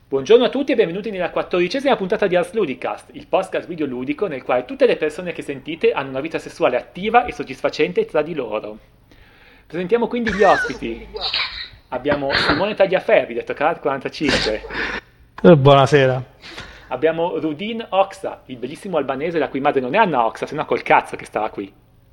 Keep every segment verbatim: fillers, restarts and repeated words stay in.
Buongiorno a tutti e benvenuti nella quattordicesima puntata di Ars Ludicast, il podcast videoludico nel quale tutte le persone che sentite hanno una vita sessuale attiva e soddisfacente tra di loro. Presentiamo quindi gli ospiti. Abbiamo Simone Tagliaferri, detto Karat quarantacinque. Eh, Buonasera. Abbiamo Rudin Oxa, il bellissimo albanese la cui madre non è Anna Oxa, se no col cazzo che stava qui.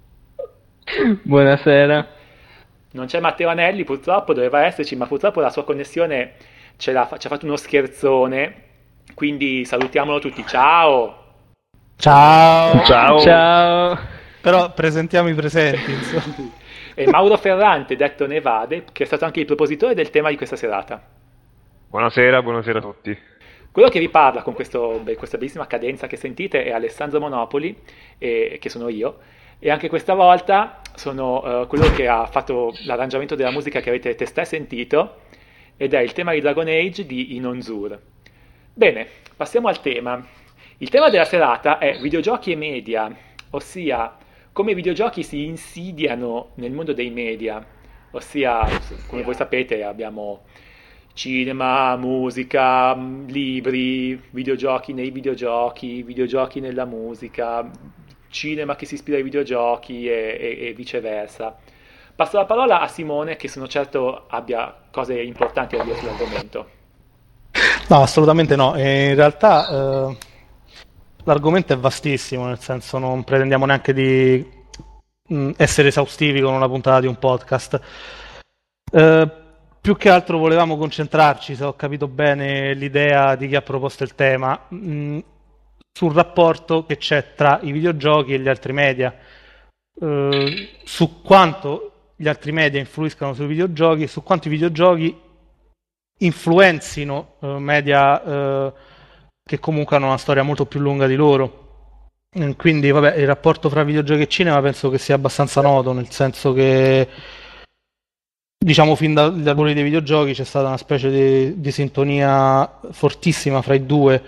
Buonasera. Non c'è Matteo Anelli, purtroppo, doveva esserci, ma purtroppo la sua connessione ce l'ha, ci ha fatto uno scherzone, quindi salutiamolo tutti, ciao! Ciao. Ciao. Ciao. Però presentiamo i presenti, insomma. E Mauro Ferrante, detto Nevade, che è stato anche il propositore del tema di questa serata. Buonasera, buonasera a tutti. Quello che vi parla con questo, beh, questa bellissima cadenza che sentite è Alessandro Monopoli, e, che sono io, e anche questa volta sono uh, quello che ha fatto l'arrangiamento della musica che avete testé sentito, ed è il tema di Dragon Age di Inonzur. Bene, passiamo al tema. Il tema della serata è videogiochi e media, ossia come i videogiochi si insidiano nel mondo dei media, ossia, come voi sapete, abbiamo cinema, musica, libri, videogiochi nei videogiochi, videogiochi nella musica, cinema che si ispira ai videogiochi e, e, e viceversa. Passo la parola a Simone, che sono certo abbia cose importanti da dire sull'argomento. No, assolutamente no. E in realtà eh, l'argomento è vastissimo, nel senso non pretendiamo neanche di mh, essere esaustivi con una puntata di un podcast. Eh, più che altro volevamo concentrarci, se ho capito bene l'idea di chi ha proposto il tema, mh, sul rapporto che c'è tra i videogiochi e gli altri media, eh, su quanto gli altri media influiscano sui videogiochi e su quanto i videogiochi influenzino eh, media eh, che comunque hanno una storia molto più lunga di loro. Quindi vabbè, il rapporto fra videogiochi e cinema penso che sia abbastanza noto, nel senso che diciamo fin dagli albori dei videogiochi c'è stata una specie di, di sintonia fortissima fra i due.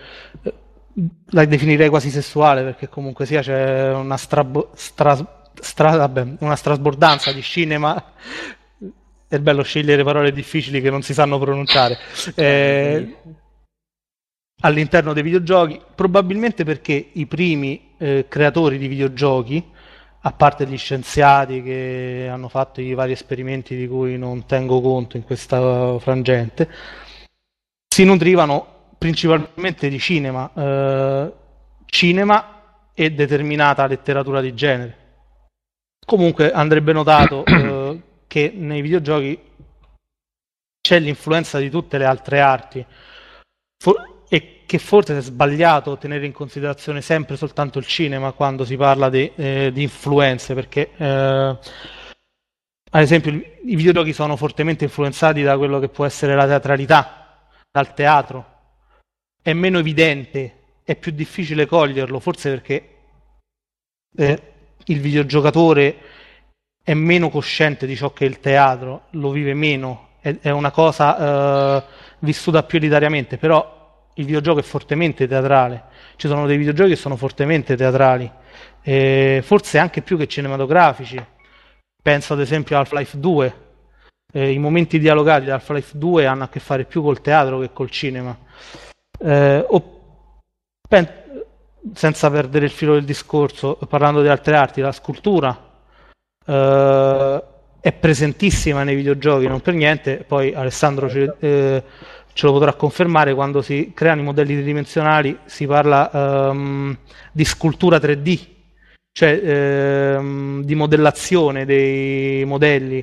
La definirei quasi sessuale, perché comunque sia c'è una strabo, stra, stra, vabbè, una strasbordanza di cinema. È bello scegliere parole difficili che non si sanno pronunciare eh, all'interno dei videogiochi, probabilmente perché i primi eh, creatori di videogiochi, a parte gli scienziati che hanno fatto i vari esperimenti di cui non tengo conto in questa frangente, si nutrivano principalmente di cinema, eh, cinema e determinata letteratura di genere. Comunque andrebbe notato eh, che nei videogiochi c'è l'influenza di tutte le altre arti For- e che forse è sbagliato tenere in considerazione sempre soltanto il cinema quando si parla di, eh, di influenze, perché eh, ad esempio i videogiochi sono fortemente influenzati da quello che può essere la teatralità, dal teatro. È meno evidente, è più difficile coglierlo, forse perché eh, il videogiocatore è meno cosciente di ciò che è il teatro, lo vive meno, è, è una cosa eh, vissuta più elitariamente, però il videogioco è fortemente teatrale, ci sono dei videogiochi che sono fortemente teatrali, eh, forse anche più che cinematografici. Penso ad esempio a Half-Life due, eh, i momenti dialogati di Half-Life due hanno a che fare più col teatro che col cinema. Eh, o, pen, senza perdere il filo del discorso, parlando di altre arti, la scultura Uh, è presentissima nei videogiochi, non per niente. Poi Alessandro ce, eh, ce lo potrà confermare: quando si creano i modelli tridimensionali si parla um, di scultura tre D, cioè um, di modellazione dei modelli,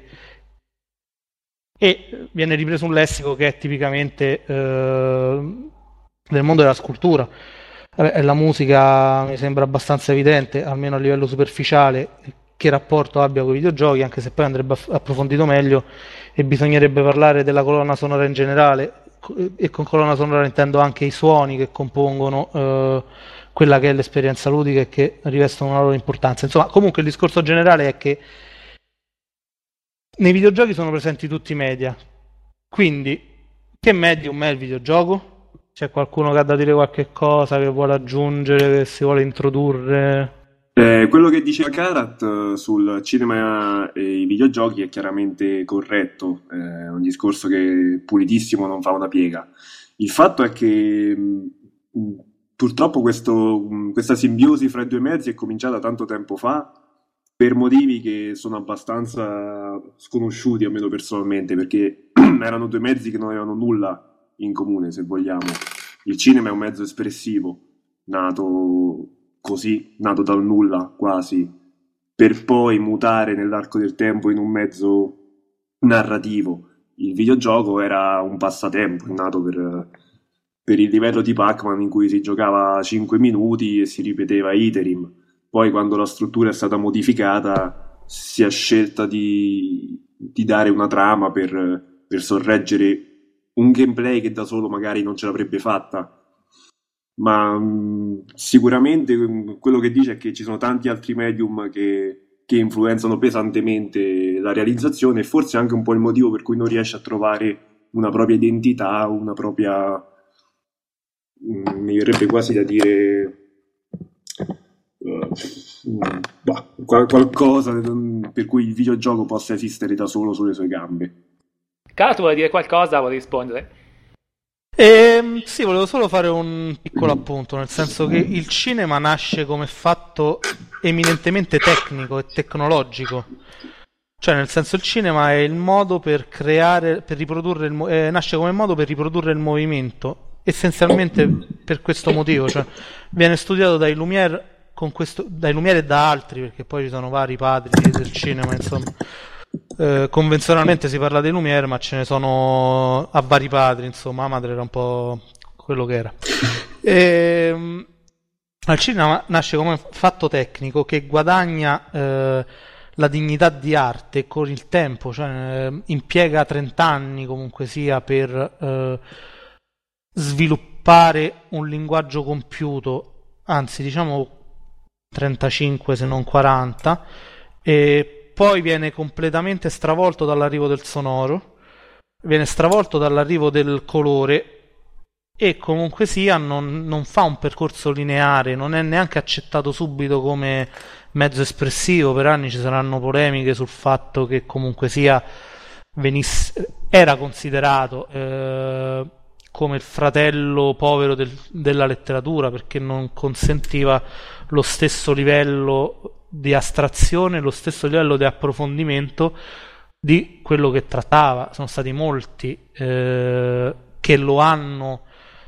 e viene ripreso un lessico che è tipicamente uh, del mondo della scultura. Vabbè, la musica mi sembra abbastanza evidente, almeno a livello superficiale, che rapporto abbia con i videogiochi, anche se poi andrebbe approfondito meglio e bisognerebbe parlare della colonna sonora in generale, e con colonna sonora intendo anche i suoni che compongono eh, quella che è l'esperienza ludica e che rivestono una loro importanza. Insomma, comunque il discorso generale è che nei videogiochi sono presenti tutti i media, quindi che medium è il videogioco? C'è qualcuno che ha da dire qualche cosa, che vuole aggiungere, che si vuole introdurre? Eh, quello che diceva Karat eh, sul cinema e i videogiochi è chiaramente corretto, è un discorso che pulitissimo, non fa una piega. Il fatto è che mh, purtroppo questo, mh, questa simbiosi fra i due mezzi è cominciata tanto tempo fa per motivi che sono abbastanza sconosciuti a me personalmente, perché erano due mezzi che non avevano nulla in comune, se vogliamo. Il cinema è un mezzo espressivo, nato così, nato dal nulla quasi, per poi mutare nell'arco del tempo in un mezzo narrativo. Il videogioco era un passatempo, è nato per, per il livello di Pac-Man in cui si giocava cinque minuti e si ripeteva iterim. Poi quando la struttura è stata modificata si è scelta di, di dare una trama per, per sorreggere un gameplay che da solo magari non ce l'avrebbe fatta. Ma mh, sicuramente mh, quello che dice è che ci sono tanti altri medium che, che influenzano pesantemente la realizzazione, e forse anche un po' il motivo per cui non riesce a trovare una propria identità, una propria... mh, mi verrebbe quasi da dire... Uh, bah, qual- qualcosa per cui il videogioco possa esistere da solo sulle sue gambe. Cara, tu vuoi dire qualcosa? Vuoi rispondere? Ehm, sì, volevo solo fare un piccolo appunto, nel senso che il cinema nasce come fatto eminentemente tecnico e tecnologico. Cioè, nel senso, il cinema è il modo per creare, per riprodurre il mo- eh, nasce come modo per riprodurre il movimento, essenzialmente per questo motivo. Cioè, viene studiato dai Lumière con questo, dai Lumière e da altri, perché poi ci sono vari padri del cinema, insomma. Eh, convenzionalmente si parla dei Lumière, ma ce ne sono a vari padri, insomma. Amador era un po' quello che era. E, il cinema nasce come fatto tecnico che guadagna eh, la dignità di arte con il tempo, cioè eh, impiega trenta anni comunque sia per eh, sviluppare un linguaggio compiuto, anzi diciamo trentacinque se non quaranta, e poi viene completamente stravolto dall'arrivo del sonoro, viene stravolto dall'arrivo del colore, e comunque sia non, non fa un percorso lineare, non è neanche accettato subito come mezzo espressivo. Per anni ci saranno polemiche sul fatto che comunque sia venisse, era considerato eh, come il fratello povero del, della letteratura, perché non consentiva lo stesso livello di astrazione, lo stesso livello di approfondimento di quello che trattava. Sono stati molti eh, che lo hanno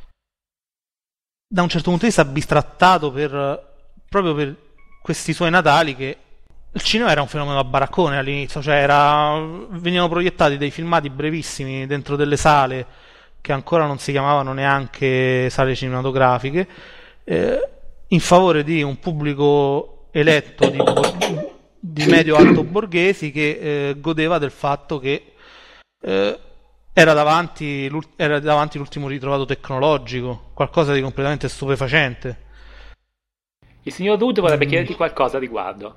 da un certo punto di vista bistrattato per, proprio per questi suoi natali, che il cinema era un fenomeno a baraccone all'inizio, cioè era, venivano proiettati dei filmati brevissimi dentro delle sale che ancora non si chiamavano neanche sale cinematografiche, eh, in favore di un pubblico eletto di, di medio-alto borghesi che eh, godeva del fatto che eh, era davanti, era davanti l'ultimo ritrovato tecnologico, qualcosa di completamente stupefacente. Il signor Wood vorrebbe chiederti qualcosa a riguardo.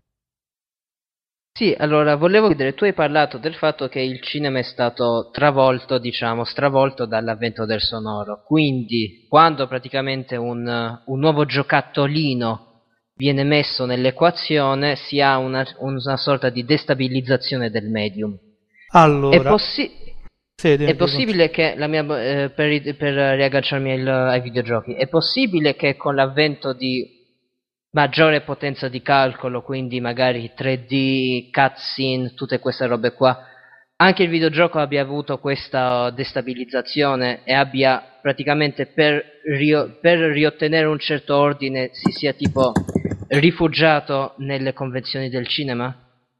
Sì, allora volevo chiedere, tu hai parlato del fatto che il cinema è stato travolto, diciamo, stravolto dall'avvento del sonoro, quindi quando praticamente un, un nuovo giocattolino viene messo nell'equazione si ha una, una sorta di destabilizzazione del medium. Allora, è, possi- sì, è possibile che, la mia, eh, per, per riagganciarmi al, ai videogiochi, è possibile che con l'avvento di maggiore potenza di calcolo, quindi magari tre D, cutscene, tutte queste robe qua, anche il videogioco abbia avuto questa destabilizzazione e abbia praticamente per, rio- per riottenere un certo ordine si sia tipo rifugiato nelle convenzioni del cinema?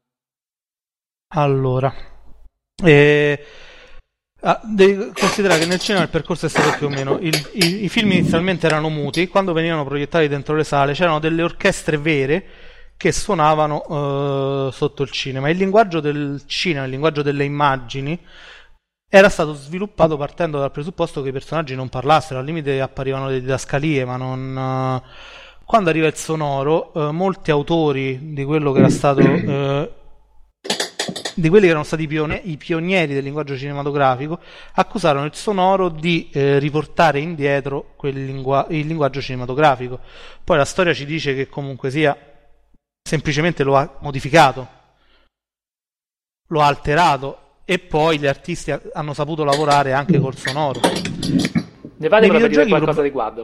Allora, eh, ah, devi considerare che nel cinema il percorso è stato più o meno il, i, i film inizialmente erano muti, quando venivano proiettati dentro le sale c'erano delle orchestre vere che suonavano eh, sotto il cinema. Il linguaggio del cinema, il linguaggio delle immagini era stato sviluppato partendo dal presupposto che i personaggi non parlassero, al limite apparivano le didascalie, ma non... Eh, quando arriva il sonoro, eh, molti autori di quello che era stato... Eh, di quelli che erano stati i, pione- i pionieri del linguaggio cinematografico, accusarono il sonoro di eh, riportare indietro quel lingua- il linguaggio cinematografico. Poi la storia ci dice che comunque sia semplicemente lo ha modificato, lo ha alterato, e poi gli artisti ha- hanno saputo lavorare anche col sonoro. Ne vale Nei vorrebbe dire videogiochi qualcosa prob- a riguardo.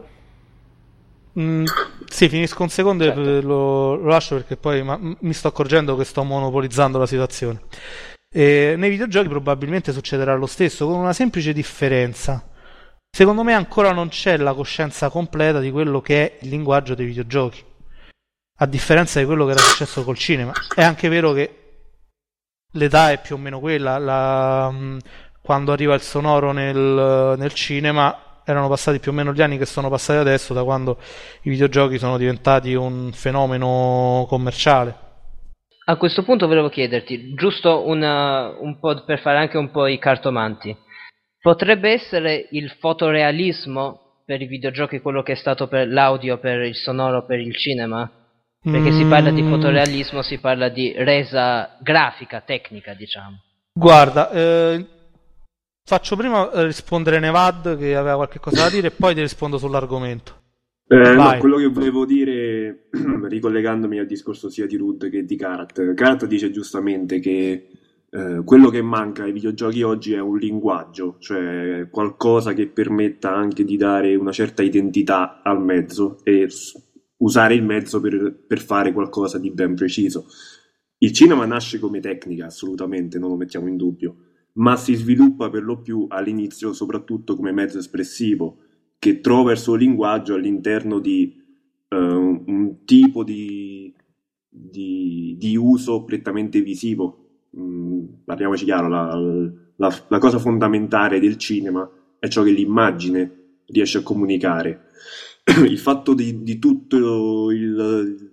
Mm, sì, finisco un secondo Certo. e lo, lo lascio perché poi ma- mi sto accorgendo che sto monopolizzando la situazione. E nei videogiochi probabilmente succederà lo stesso, con una semplice differenza. Secondo me ancora non c'è la coscienza completa di quello che è il linguaggio dei videogiochi, a differenza di quello che era successo col cinema. È anche vero che l'età è più o meno quella, la- mh, quando arriva il sonoro nel, nel cinema erano passati più o meno gli anni che sono passati adesso, da quando i videogiochi sono diventati un fenomeno commerciale. A questo punto volevo chiederti, giusto una- un po' per fare anche un po' i cartomanti, potrebbe essere il fotorealismo per i videogiochi quello che è stato per l'audio, per il sonoro, per il cinema? Perché si parla di Mm, fotorealismo, si parla di resa grafica, tecnica, diciamo. guarda, eh, faccio prima eh, rispondere Nevad che aveva qualche cosa da dire e poi ti rispondo sull'argomento. Eh, no, Vai. quello che volevo dire, ricollegandomi al discorso sia di Rud che di Karat, Karat dice giustamente che eh, quello che manca ai videogiochi oggi è un linguaggio, cioè qualcosa che permetta anche di dare una certa identità al mezzo e s- usare il mezzo per, per fare qualcosa di ben preciso. Il cinema nasce come tecnica, assolutamente, non lo mettiamo in dubbio, ma si sviluppa per lo più all'inizio soprattutto come mezzo espressivo che trova il suo linguaggio all'interno di eh, un, un tipo di, di- di uso prettamente visivo. Mm, parliamoci chiaro, la, la- la cosa fondamentale del cinema è ciò che l'immagine riesce a comunicare. Il fatto di, di tutto il,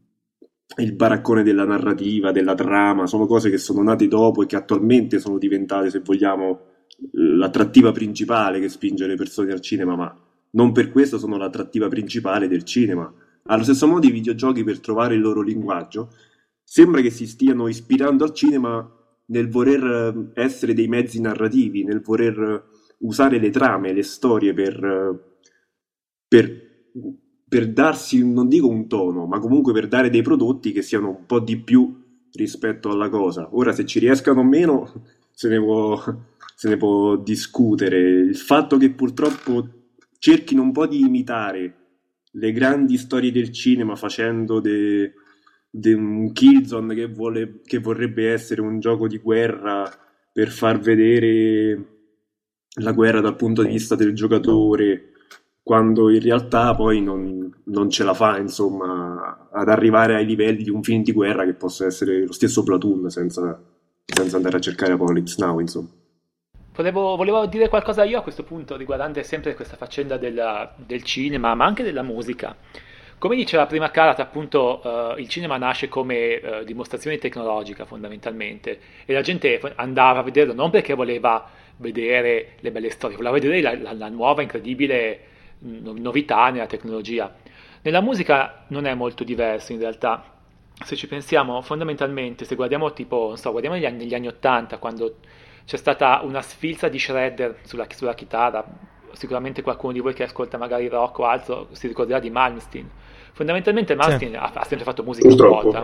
il baraccone della narrativa, della trama, sono cose che sono nate dopo e che attualmente sono diventate, se vogliamo, l'attrattiva principale che spinge le persone al cinema, ma non per questo sono l'attrattiva principale del cinema. Allo stesso modo i videogiochi, per trovare il loro linguaggio, sembra che si stiano ispirando al cinema nel voler eh, essere dei mezzi narrativi, nel voler eh, usare le trame, le storie per, eh, per, per darsi, non dico un tono, ma comunque per dare dei prodotti che siano un po' di più rispetto alla cosa. Ora, se ci riescano o meno, se ne può, se ne può discutere. Il fatto che purtroppo cerchino un po' di imitare le grandi storie del cinema facendo de, de un Killzone che, vuole, che vorrebbe essere un gioco di guerra per far vedere la guerra dal punto di vista del giocatore, quando in realtà poi non, non ce la fa, insomma, ad arrivare ai livelli di un film di guerra che possa essere lo stesso Platoon senza, senza andare a cercare Apocalypse Now, insomma. Volevo, volevo dire qualcosa io a questo punto riguardante sempre questa faccenda della- del cinema, ma anche della musica. Come diceva prima Karat, appunto, eh, il cinema nasce come eh, dimostrazione tecnologica fondamentalmente e la gente fo- andava a vederlo non perché voleva vedere le belle storie, voleva vedere la, la- la nuova incredibile no- novità nella tecnologia. Nella musica non è molto diverso in realtà. Se ci pensiamo, fondamentalmente, se guardiamo tipo, non so, guardiamo negli anni, negli anni ottanta, quando c'è stata una sfilza di shredder sulla, sulla chitarra, sicuramente qualcuno di voi che ascolta magari rock o altro si ricorderà di Malmsteen. Fondamentalmente Sì. Malmsteen ha, ha sempre fatto musica Purtroppo. vuota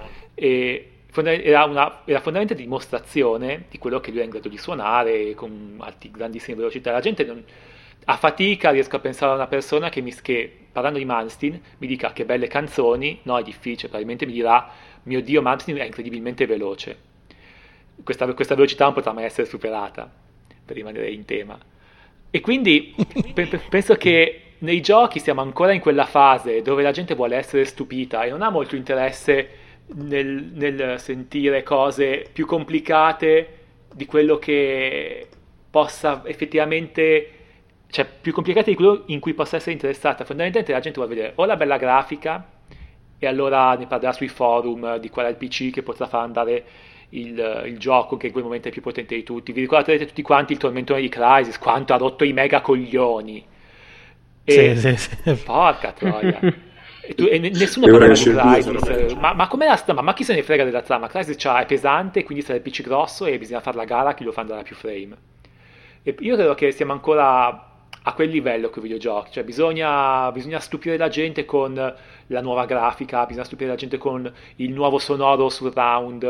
e fonda- era, una, era fondamentalmente dimostrazione di quello che lui è in grado di suonare con alti, grandissime velocità. La gente non, a fatica riesco a pensare a una persona che, mi, che parlando di Malmsteen mi dica che belle canzoni, no è difficile, probabilmente mi dirà mio Dio Malmsteen è incredibilmente veloce. Questa, questa velocità non potrà mai essere superata, per rimanere in tema. E quindi pe- pe- penso che nei giochi siamo ancora in quella fase dove la gente vuole essere stupita e non ha molto interesse nel, nel sentire cose più complicate di quello che possa effettivamente, cioè più complicate di quello in cui possa essere interessata. Fondamentalmente la gente vuole vedere o la bella grafica e allora ne parlerà sui forum di qual è il P C che potrà far andare il, il gioco che in quel momento è più potente di tutti. Vi ricorderete tutti quanti il tormentone di Crysis, quanto ha rotto i mega coglioni. E Sì, sì, sì. porca troia. E, tu- e ne- nessuno E ora parla di esce il due, Crysis. sarà Ma, ma com'è la trama? Ma chi se ne frega della trama? Crysis c'ha- è pesante, quindi sarà il P C grosso e bisogna fare la gara a chi lo fa andare a più frame. E io credo che siamo ancora a quel livello con i videogiochi, cioè bisogna, bisogna stupire la gente con la nuova grafica, bisogna stupire la gente con il nuovo sonoro surround,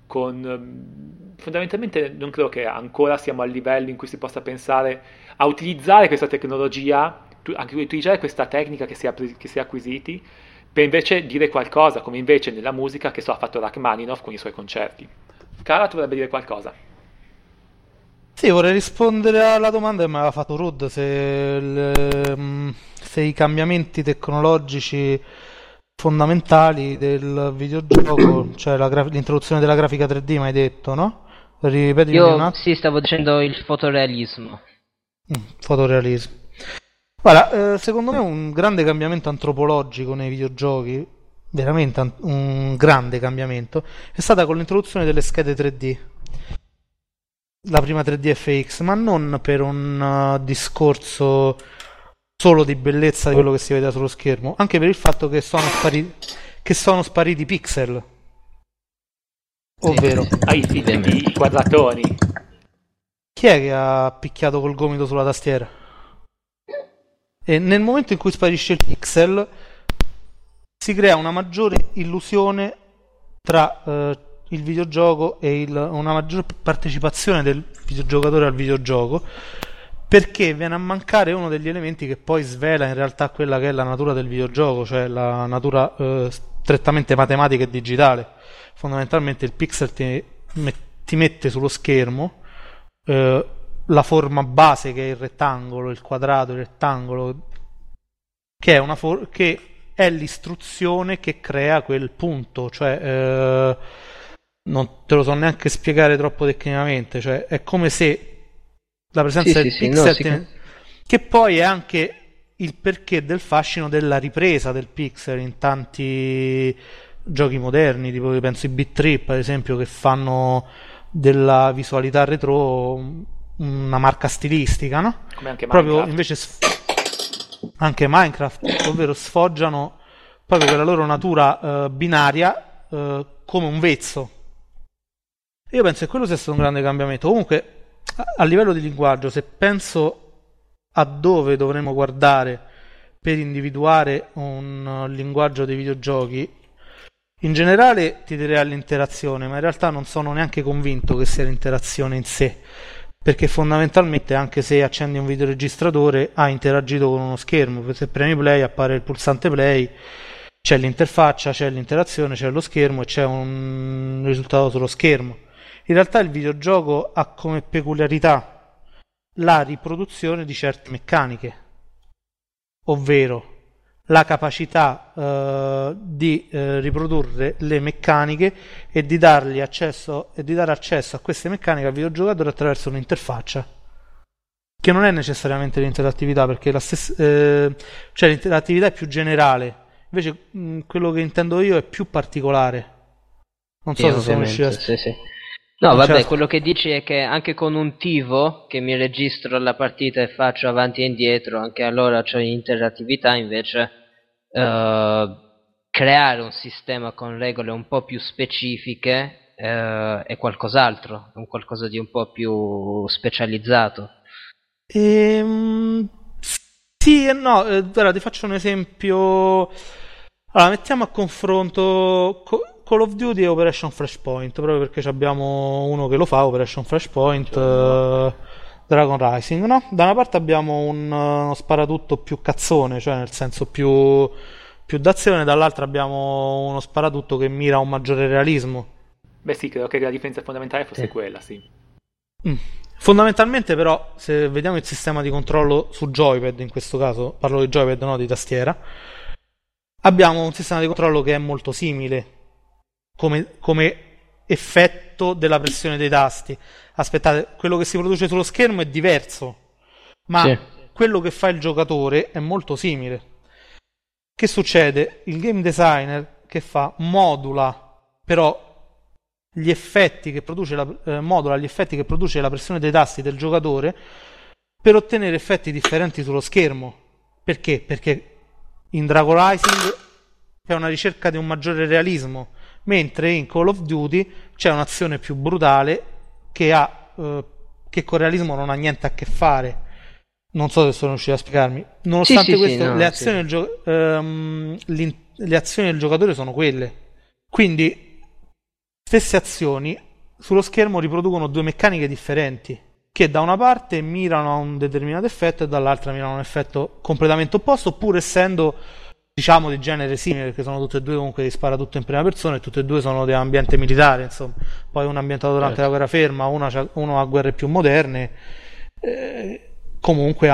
con ehm, fondamentalmente non credo che ancora siamo al livello in cui si possa pensare a utilizzare questa tecnologia, tu- anche utilizzare questa tecnica che si è, appri- che si è acquisiti, per invece dire qualcosa, come invece nella musica che so ha fatto Rachmaninoff con i suoi concerti. Cara, tu vorrebbe dire qualcosa? Sì, vorrei rispondere alla domanda che mi aveva fatto Rud, se, il, mm, se i cambiamenti tecnologici fondamentali del videogioco, cioè la gra- l'introduzione della grafica tre D, mi hai detto, no? Ripetimi un Io attimo. sì, stavo dicendo il fotorealismo. Mm, fotorealismo. Guarda, eh, secondo me un grande cambiamento antropologico nei videogiochi, veramente an- un grande cambiamento, è stata con l'introduzione delle schede tre D. La prima tre D F X, ma non per un uh, discorso solo di bellezza di quello che si vede sullo schermo, anche per il fatto che sono spariti, che sono spariti i pixel, ovvero Ah, i, i, i- i quadratoni. chi è che ha picchiato col gomito sulla tastiera? E nel momento in cui sparisce il pixel si crea una maggiore illusione tra eh, il videogioco e il, una maggiore partecipazione del videogiocatore al videogioco, perché viene a mancare uno degli elementi che poi svela in realtà quella che è la natura del videogioco, cioè la natura eh, strettamente matematica e digitale. Fondamentalmente il pixel ti, met- ti mette sullo schermo eh, la forma base, che è il rettangolo, il quadrato, il rettangolo, che è una for- che è l'istruzione che crea quel punto, cioè eh, non te lo so neanche spiegare troppo tecnicamente, cioè è come se la presenza Sì, del sì, sì, no, pixel sì ti- che- che poi è anche il perché del fascino della ripresa del pixel in tanti giochi moderni, tipo io penso i Beat Trip ad esempio, che fanno della visualità retro una marca stilistica, no? Come anche Proprio Minecraft. invece sf- anche Minecraft, ovvero sfoggiano proprio quella loro natura eh, binaria eh, come un vezzo. Io penso che quello sia stato un grande cambiamento. Comunque, a, a livello di linguaggio, se penso a dove dovremmo guardare per individuare un uh, linguaggio dei videogiochi, in generale ti direi all'interazione, ma in realtà non sono neanche convinto che sia l'interazione in sé, perché fondamentalmente anche se accendi un videoregistratore ha interagito con uno schermo, se premi play appare il pulsante play, c'è l'interfaccia, c'è l'interazione, c'è lo schermo e c'è un risultato sullo schermo. In realtà il videogioco ha come peculiarità la riproduzione di certe meccaniche, ovvero la capacità eh, di eh, riprodurre le meccaniche e di dargli accesso e di dare accesso a queste meccaniche al videogiocatore attraverso un'interfaccia che non è necessariamente l'interattività, perché la stessa, eh, cioè l'interattività è più generale, invece mh, quello che intendo io è più particolare. Non sì, so se sono riuscito a ovviamente, spiegare. sì, sì. No, Non c'è vabbè, la- quello che dici è che anche con un tivo che mi registro la partita e faccio avanti e indietro, anche allora c'ho interattività, invece eh, creare un sistema con regole un po' più specifiche eh, è qualcos'altro, è un qualcosa di un po' più specializzato. Ehm, sì e no, eh, guarda, ti faccio un esempio. Allora, mettiamo a confronto Co- Call of Duty e Operation Flashpoint, proprio perché abbiamo uno che lo fa, Operation Flashpoint, eh, Dragon Rising, no? Da una parte abbiamo un, eh, uno sparatutto più cazzone, cioè nel senso più, più d'azione, dall'altra abbiamo uno sparatutto che mira a un maggiore realismo. Beh sì, credo che la differenza fondamentale fosse Sì. quella, sì. Mm. Fondamentalmente però, se vediamo il sistema di controllo su joypad, in questo caso parlo di joypad, no di tastiera, abbiamo un sistema di controllo che è molto simile come, come effetto della pressione dei tasti. Aspettate, quello che si produce sullo schermo è diverso, ma Sì. quello che fa il giocatore è molto simile. Che succede? Il game designer che fa modula però gli effetti che produce la, eh, modula gli effetti che produce la pressione dei tasti del giocatore per ottenere effetti differenti sullo schermo. Perché? Perché in Dragon Rising è una ricerca di un maggiore realismo, mentre in Call of Duty c'è un'azione più brutale che ha eh, che con realismo non ha niente a che fare. Non so se sono riuscito a spiegarmi. Nonostante Sì, sì, sì, questo, no, le, sì, azioni sì. del gio- ehm, l'in- le azioni del giocatore sono quelle. Quindi stesse azioni sullo schermo riproducono due meccaniche differenti, che da una parte mirano a un determinato effetto e dall'altra mirano a un effetto completamente opposto, pur essendo, diciamo, di genere simile, perché sono tutte e due comunque, si spara tutto in prima persona e tutte e due sono di ambiente militare, insomma. Poi uno ambientato durante certo. la guerra ferma, uno, uno ha guerre più moderne, eh, comunque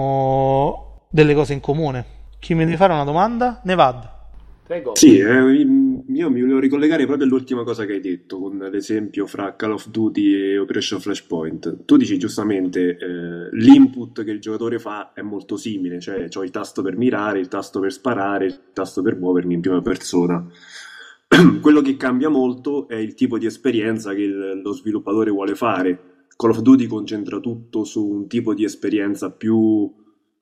hanno delle cose in comune. Chi mi deve fare una domanda? Nevad. Prego. Sì, eh, io mi volevo ricollegare proprio all'ultima cosa che hai detto, con l'esempio fra Call of Duty e Operation Flashpoint. Tu dici giustamente, eh, l'input che il giocatore fa è molto simile, cioè ho il tasto per mirare, il tasto per sparare, il tasto per muovermi in prima persona. Quello che cambia molto è il tipo di esperienza che il, lo sviluppatore vuole fare. Call of Duty concentra tutto su un tipo di esperienza più...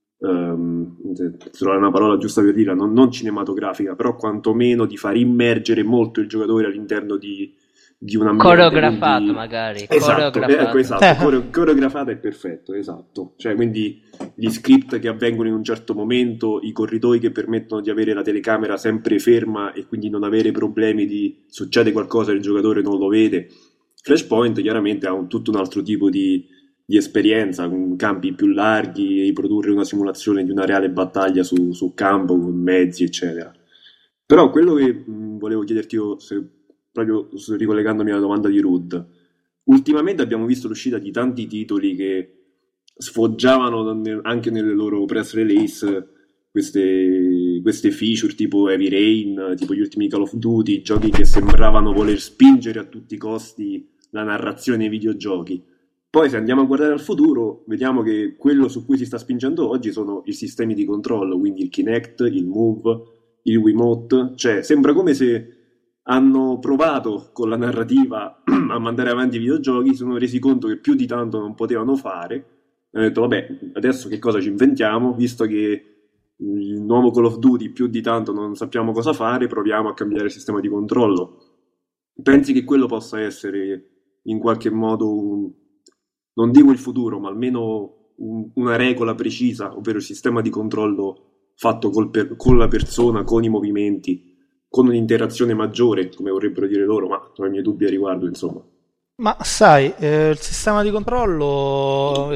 Um, trovare una parola giusta per dirla, non, non cinematografica, però quantomeno di far immergere molto il giocatore all'interno di, di un ambiente coreografato, quindi... magari esatto, coreografato. Ecco, esatto core- coreografato è perfetto, esatto, cioè quindi gli script che avvengono in un certo momento, i corridoi che permettono di avere la telecamera sempre ferma e quindi non avere problemi di succede qualcosa e il giocatore non lo vede. Flashpoint chiaramente ha un, tutto un altro tipo di di esperienza, con campi più larghi, riprodurre una simulazione di una reale battaglia su, su campo, con mezzi, eccetera. Però quello che mh, volevo chiederti io, se, proprio ricollegandomi alla domanda di Rud, ultimamente abbiamo visto l'uscita di tanti titoli che sfoggiavano nel, anche nelle loro press release queste, queste feature tipo Heavy Rain, tipo gli ultimi Call of Duty, giochi che sembravano voler spingere a tutti i costi la narrazione nei videogiochi. Poi se andiamo a guardare al futuro, vediamo che quello su cui si sta spingendo oggi sono i sistemi di controllo, quindi il Kinect, il Move, il Wiimote, cioè sembra come se hanno provato con la narrativa a mandare avanti i videogiochi, si sono resi conto che più di tanto non potevano fare, e hanno detto vabbè, adesso che cosa ci inventiamo, visto che il nuovo Call of Duty più di tanto non sappiamo cosa fare, proviamo a cambiare il sistema di controllo. Pensi che quello possa essere in qualche modo un... non dico il futuro, ma almeno un, una regola precisa, ovvero il sistema di controllo fatto col per, con la persona, con i movimenti, con un'interazione maggiore, come vorrebbero dire loro, ma ho i miei dubbi a riguardo, insomma. Ma sai, eh, il sistema di controllo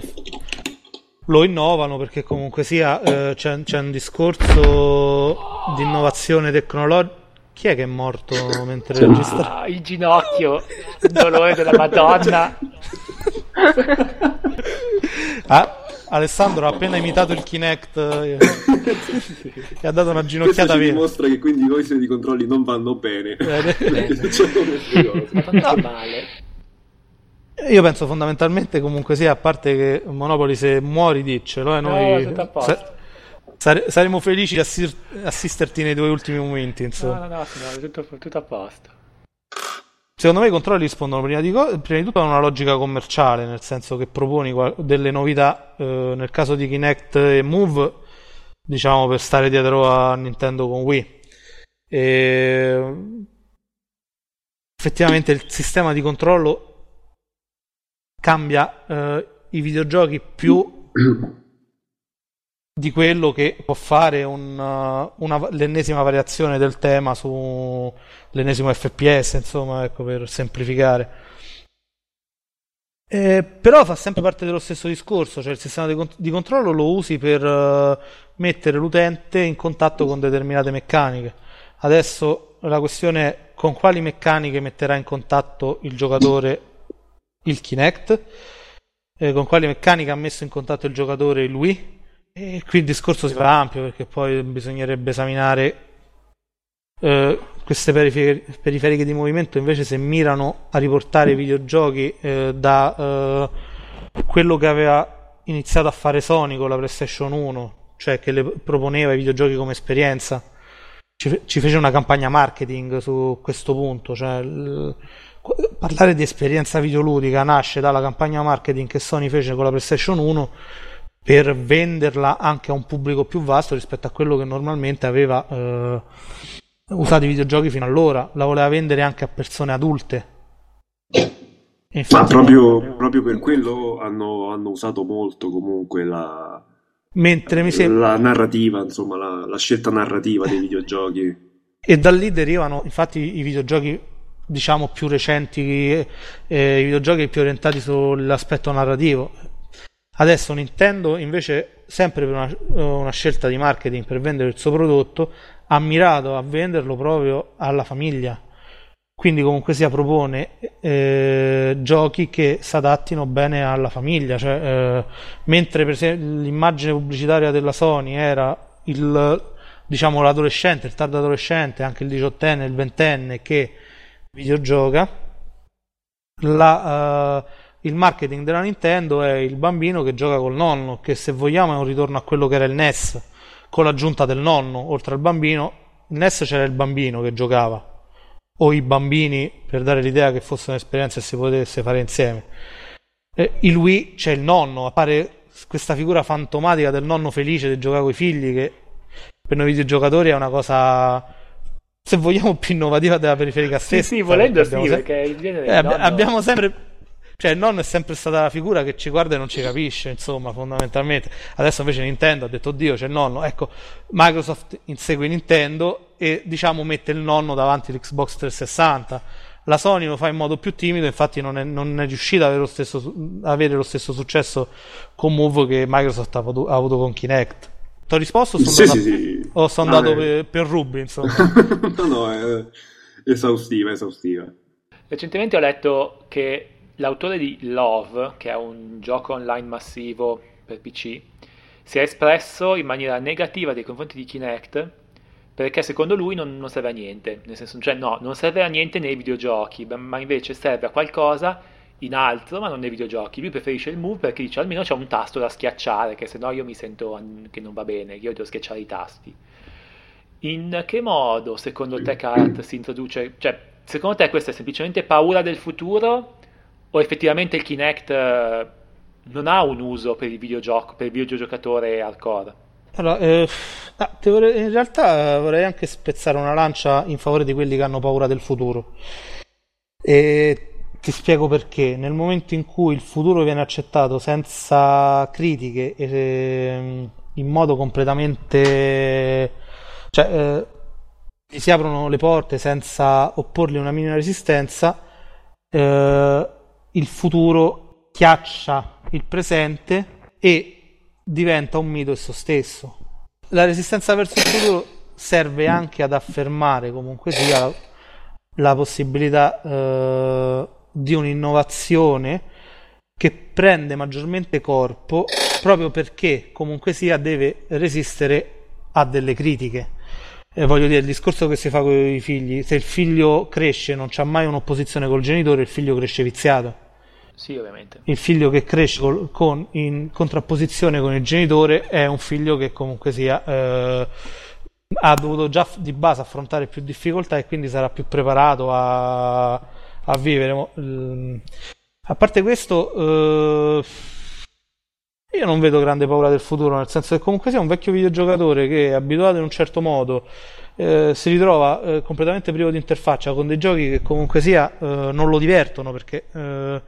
lo innovano perché comunque sia eh, c'è, c'è un discorso di innovazione tecnologica. Chi è che è morto mentre registra? Ah, il ginocchio, il dolore della Madonna. Ah, Alessandro ha appena imitato il Kinect e ha dato una ginocchiata Questo ci vera. dimostra che quindi i vostri di controlli non vanno bene. Eh, Madonna che male. Io penso fondamentalmente comunque sia, a parte che Monopoly se muori diccelo, eh, noi No, tutto a posto. sa- sare- saremo felici di assir- assisterti nei due ultimi momenti, insomma. No, no, no, signore, tutto, tutto a posto. Secondo me i controlli rispondono prima di, co- prima di tutto a una logica commerciale, nel senso che proponi qual- delle novità, eh, nel caso di Kinect e Move, diciamo per stare dietro a Nintendo con Wii. E... effettivamente il sistema di controllo cambia eh, i videogiochi più di quello che può fare un, uh, una, l'ennesima variazione del tema su l'ennesimo F P S, insomma, ecco, per semplificare. Eh, però fa sempre parte dello stesso discorso, cioè il sistema di, con- di controllo lo usi per uh, mettere l'utente in contatto con determinate meccaniche. Adesso la questione è con quali meccaniche metterà in contatto il giocatore il Kinect, eh, con quali meccaniche ha messo in contatto il giocatore il Wii. E qui il discorso si fa ampio perché poi bisognerebbe esaminare eh, queste periferiche, periferiche di movimento invece se mirano a riportare i videogiochi eh, da eh, quello che aveva iniziato a fare Sony con la PlayStation uno, cioè che le proponeva i videogiochi come esperienza. Ci, ci fece una campagna marketing su questo punto, cioè il, parlare di esperienza videoludica nasce dalla campagna marketing che Sony fece con la PlayStation uno per venderla anche a un pubblico più vasto rispetto a quello che normalmente aveva eh, usato i videogiochi fino allora. La voleva vendere anche a persone adulte. E infatti, ma proprio, proprio per quello hanno, hanno usato molto comunque la, mentre mi sembra... la narrativa, insomma, la, la scelta narrativa dei videogiochi. E da lì derivano infatti i videogiochi diciamo più recenti, eh, i videogiochi più orientati sull'aspetto narrativo. Adesso Nintendo invece, sempre per una, una scelta di marketing per vendere il suo prodotto, ha mirato a venderlo proprio alla famiglia, quindi comunque sia propone eh, giochi che si adattino bene alla famiglia, cioè, eh, mentre per esempio l'immagine pubblicitaria della Sony era il, diciamo, l'adolescente, il tardo adolescente, anche il diciottenne, il ventenne che videogioca, la, uh, il marketing della Nintendo è il bambino che gioca col nonno, che se vogliamo è un ritorno a quello che era il N E S, con l'aggiunta del nonno. Oltre al bambino, il N E S c'era il bambino che giocava, o i bambini, per dare l'idea che fosse un'esperienza e si potesse fare insieme. Eh, il Wii c'è il nonno, appare questa figura fantomatica del nonno felice di giocare con i figli, che per noi videogiocatori è una cosa, se vogliamo, più innovativa della periferica stessa. Sì, sì, volendo perché sì, abbiamo, perché il genere eh, nonno... abbiamo sempre... Cioè il nonno è sempre stata la figura che ci guarda e non ci capisce, insomma, fondamentalmente. Adesso invece Nintendo ha detto: oddio, c'è il nonno. Ecco, Microsoft insegue Nintendo e, diciamo, mette il nonno davanti all'Xbox trecentosessanta. La Sony lo fa in modo più timido, infatti non è, non è riuscita ad avere lo stesso, avere lo stesso successo con Move che Microsoft ha avuto, ha avuto con Kinect. Ti ho risposto o sono Sì, andato, sì, sì. o sono No, andato eh. per, per rubi, insomma. No, no, è esaustiva, esaustiva. Recentemente ho letto che l'autore di Love, che è un gioco online massivo per P C, si è espresso in maniera negativa nei confronti di Kinect, perché secondo lui non, non serve a niente, nel senso, cioè no, non serve a niente nei videogiochi, ma invece serve a qualcosa in altro, ma non nei videogiochi. Lui preferisce il Move perché dice: almeno c'è un tasto da schiacciare, che se no io mi sento che non va bene, io devo schiacciare i tasti. In che modo, secondo te, Karat, si introduce, cioè, secondo te questa è semplicemente paura del futuro, o effettivamente il Kinect eh, non ha un uso per il videogioco, per il videogiocatore hardcore? Allora, eh, ah, te vorrei- in realtà eh, vorrei anche spezzare una lancia in favore di quelli che hanno paura del futuro. E ti spiego perché. Nel momento in cui il futuro viene accettato senza critiche, e, in modo completamente... cioè, eh, gli si aprono le porte senza opporgli una minima resistenza, eh, il futuro schiaccia il presente e diventa un mito esso stesso. La resistenza verso il futuro serve anche ad affermare comunque sia la, la possibilità eh, di un'innovazione che prende maggiormente corpo, proprio perché comunque sia deve resistere a delle critiche. Eh, voglio dire, il discorso che si fa con i figli: se il figlio cresce non c'ha mai un'opposizione col genitore, il figlio cresce viziato. Sì, ovviamente. Il figlio che cresce col, con, in contrapposizione con il genitore è un figlio che comunque sia eh, ha dovuto già di base affrontare più difficoltà e quindi sarà più preparato a, a vivere. A parte questo, eh, io non vedo grande paura del futuro, nel senso che comunque sia un vecchio videogiocatore che è abituato in un certo modo, eh, si ritrova eh, completamente privo di interfaccia con dei giochi che comunque sia eh, non lo divertono, perché eh,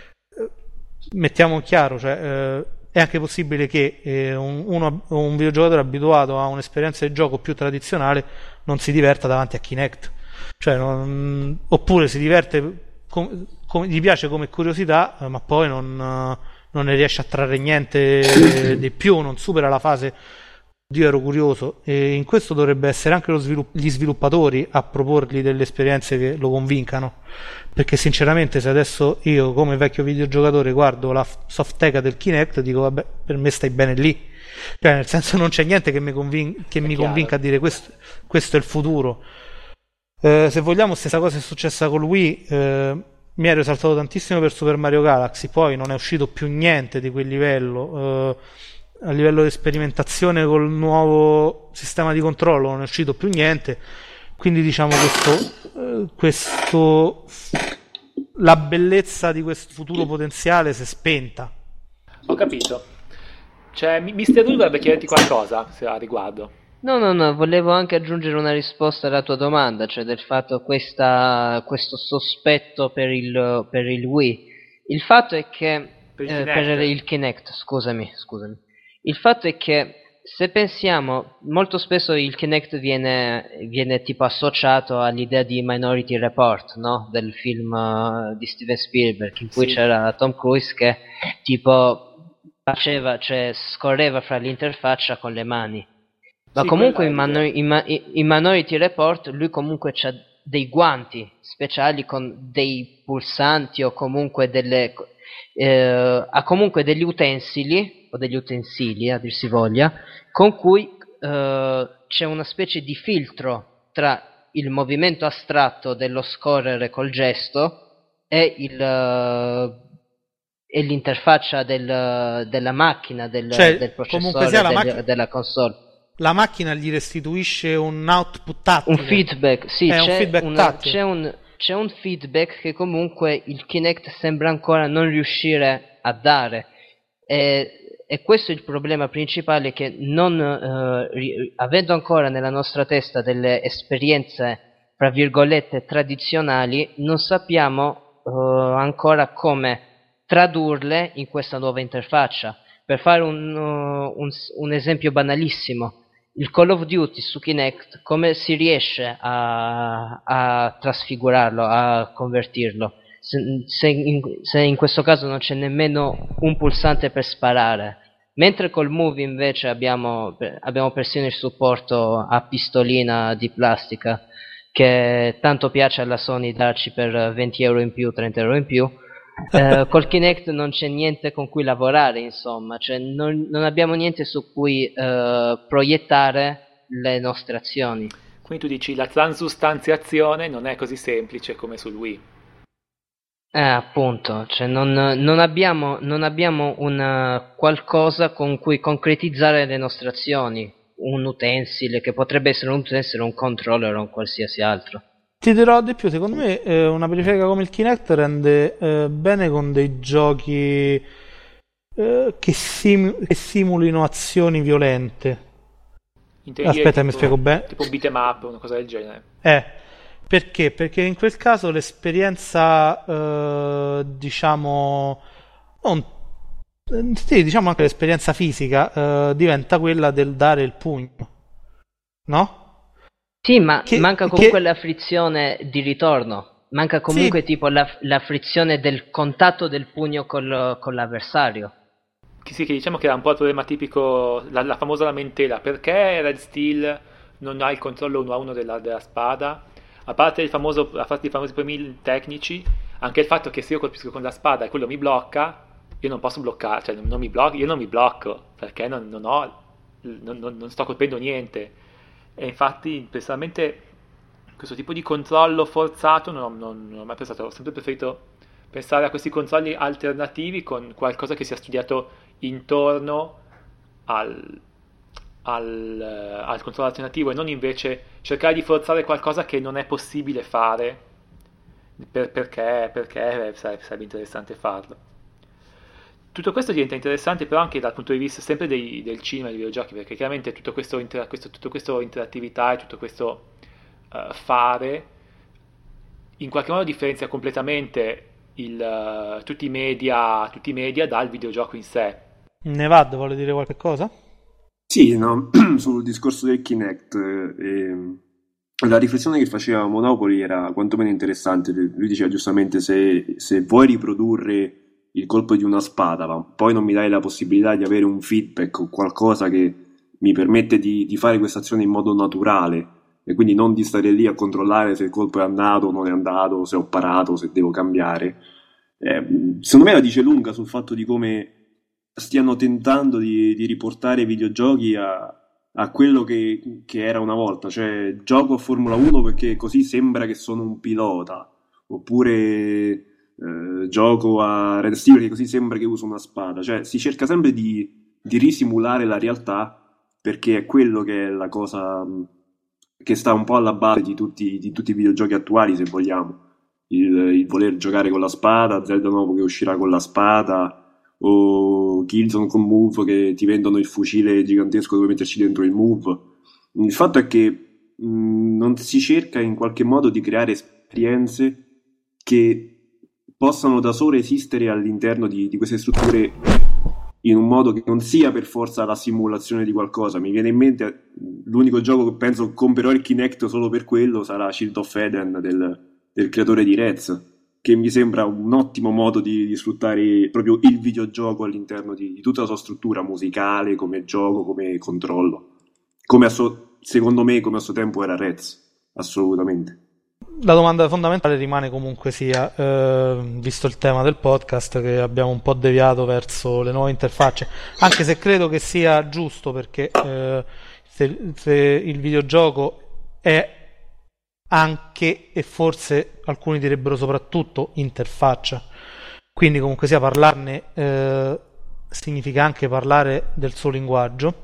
mettiamo chiaro, cioè, eh, è anche possibile che eh, un, uno, un videogiocatore abituato a un'esperienza di gioco più tradizionale non si diverta davanti a Kinect, cioè, non, oppure si diverte, com, com, gli piace come curiosità, eh, ma poi non, non ne riesce a trarre niente di più, non supera la fase io ero curioso, e in questo dovrebbe essere anche lo svilupp- gli sviluppatori a proporgli delle esperienze che lo convincano, perché sinceramente se adesso io come vecchio videogiocatore guardo la f- soft-tech del Kinect dico vabbè, per me stai bene lì, cioè nel senso non c'è niente che mi, convin- che mi convinca a dire questo, questo è il futuro. Eh, se vogliamo, stessa cosa è successa col Wii. eh, mi ero esaltato tantissimo per Super Mario Galaxy, poi non è uscito più niente di quel livello. eh, a livello di sperimentazione col nuovo sistema di controllo non è uscito più niente, quindi diciamo questo, eh, questo la bellezza di questo futuro potenziale si è spenta. Ho capito. Cioè, mister Rullo dovrebbe chiederti qualcosa se a riguardo. No, no, no, volevo anche aggiungere una risposta alla tua domanda, cioè del fatto questa, questo sospetto per il, per il Wii. Il fatto è che Per il eh, Kinect. per il Kinect, scusami, scusami. Il fatto è che se pensiamo, molto spesso il Kinect viene, viene tipo associato all'idea di Minority Report, no? Del film uh, di Steven Spielberg, in cui Sì. c'era Tom Cruise che tipo faceva, cioè scorreva fra l'interfaccia con le mani. Ma Sì, comunque in, quella è Mano- l'idea. in Ma- in Minority Report lui comunque c'ha dei guanti speciali con dei pulsanti o comunque delle eh, ha comunque degli utensili o degli utensili a dir si voglia, con cui eh, c'è una specie di filtro tra il movimento astratto dello scorrere col gesto e il eh, e l'interfaccia del- della macchina, del, Cioè, del comunque sia processore, la del- macchina, della console. la macchina gli restituisce un output Un tattile. feedback, sì, È un c'è, feedback una- tattile. c'è, un, c'è un feedback che comunque il Kinect sembra ancora non riuscire a dare. E, e questo è il problema principale, che non eh, ri- avendo ancora nella nostra testa delle esperienze, fra virgolette, tradizionali, non sappiamo eh, ancora come tradurle in questa nuova interfaccia. Per fare un, uh, un, un esempio banalissimo, il Call of Duty su Kinect, come si riesce a, a trasfigurarlo, a convertirlo? Se, se, in, se in questo caso non c'è nemmeno un pulsante per sparare. Mentre col Move invece abbiamo, abbiamo persino il supporto a pistolina di plastica, che tanto piace alla Sony darci per venti euro in più, trenta euro in più. Eh, col Kinect non c'è niente con cui lavorare, insomma, cioè non, non abbiamo niente su cui eh, proiettare le nostre azioni. Quindi tu dici la transustanziazione non è così semplice come sul Wii. Eh, appunto, cioè non, non abbiamo, non abbiamo una qualcosa con cui concretizzare le nostre azioni, un utensile che potrebbe essere un utensile, un controller o un qualsiasi altro. Ti dirò di più, secondo me eh, una periferica come il Kinect rende eh, bene con dei giochi eh, che, sim- che simulino azioni violente. In teoria Aspetta, tipo, mi spiego bene. tipo un beat'em up, una cosa del genere. Eh, perché? Perché in quel caso l'esperienza, eh, diciamo, non, eh, sì, diciamo anche l'esperienza fisica eh, diventa quella del dare il pugno, no? Sì, ma Che, manca comunque che la frizione di ritorno. Manca comunque sì, tipo la, la frizione del contatto del pugno col, con l'avversario. Che sì, che diciamo che era un po' il problema tipico, la, la famosa lamentela, perché Red Steel non ha il controllo uno a uno della, della spada? A parte il famoso, a parte i famosi problemi tecnici, anche il fatto che se io colpisco con la spada e quello mi blocca, io non posso bloccare, cioè non, non mi blocco, io non mi blocco, perché non, non ho, non, non- non sto colpendo niente. E infatti, personalmente, questo tipo di controllo forzato non ho, non- non ho mai pensato, ho sempre preferito pensare a questi controlli alternativi con qualcosa che sia studiato intorno al, al, eh, al controllo alternativo e non invece cercare di forzare qualcosa che non è possibile fare per- perché, perché sarebbe, sarebbe interessante farlo. Tutto questo diventa interessante però anche dal punto di vista sempre dei- del cinema e dei videogiochi, perché chiaramente tutto questo, intera- questo, tutto questo interattività e tutto questo eh, fare in qualche modo differenzia completamente il, eh, tutti i media, tutti i media dal videogioco in sé. Nevad vuole dire qualche cosa? Sì, no, sul discorso del Kinect, eh, la riflessione che faceva Monopoli era quantomeno interessante. Lui diceva giustamente se, se vuoi riprodurre il colpo di una spada, ma poi non mi dai la possibilità di avere un feedback o qualcosa che mi permette di, di fare questa azione in modo naturale e quindi non di stare lì a controllare se il colpo è andato o non è andato, se ho parato, se devo cambiare. Eh, secondo me la dice lunga sul fatto di come stiano tentando di, di riportare i videogiochi a, a quello che, che era una volta, cioè gioco a Formula uno perché così sembra che sono un pilota, oppure eh, gioco a Red Steel perché così sembra che uso una spada, cioè si cerca sempre di, di risimulare la realtà perché è quello che è la cosa mh, che sta un po' alla base di tutti, di tutti i videogiochi attuali, se vogliamo. Il, il voler giocare con la spada, Zelda nuovo che uscirà con la spada, o Killzone con Move che ti vendono il fucile gigantesco dove metterci dentro il Move. Il fatto è che mh, non si cerca in qualche modo di creare esperienze che possano da sole esistere all'interno di, di queste strutture in un modo che non sia per forza la simulazione di qualcosa. Mi viene in mente l'unico gioco che penso comprerò il Kinect solo per quello sarà Shield of Eden del, del creatore di Rez, che mi sembra un ottimo modo di, di sfruttare proprio il videogioco all'interno di, di tutta la sua struttura musicale, come gioco, come controllo, come a suo, secondo me come a suo tempo era Rez, assolutamente. La domanda fondamentale rimane comunque sia, eh, visto il tema del podcast, che abbiamo un po' deviato verso le nuove interfacce, anche se credo che sia giusto, perché eh, se, se il videogioco è anche, e forse alcuni direbbero soprattutto, interfaccia, quindi comunque sia parlarne eh, significa anche parlare del suo linguaggio.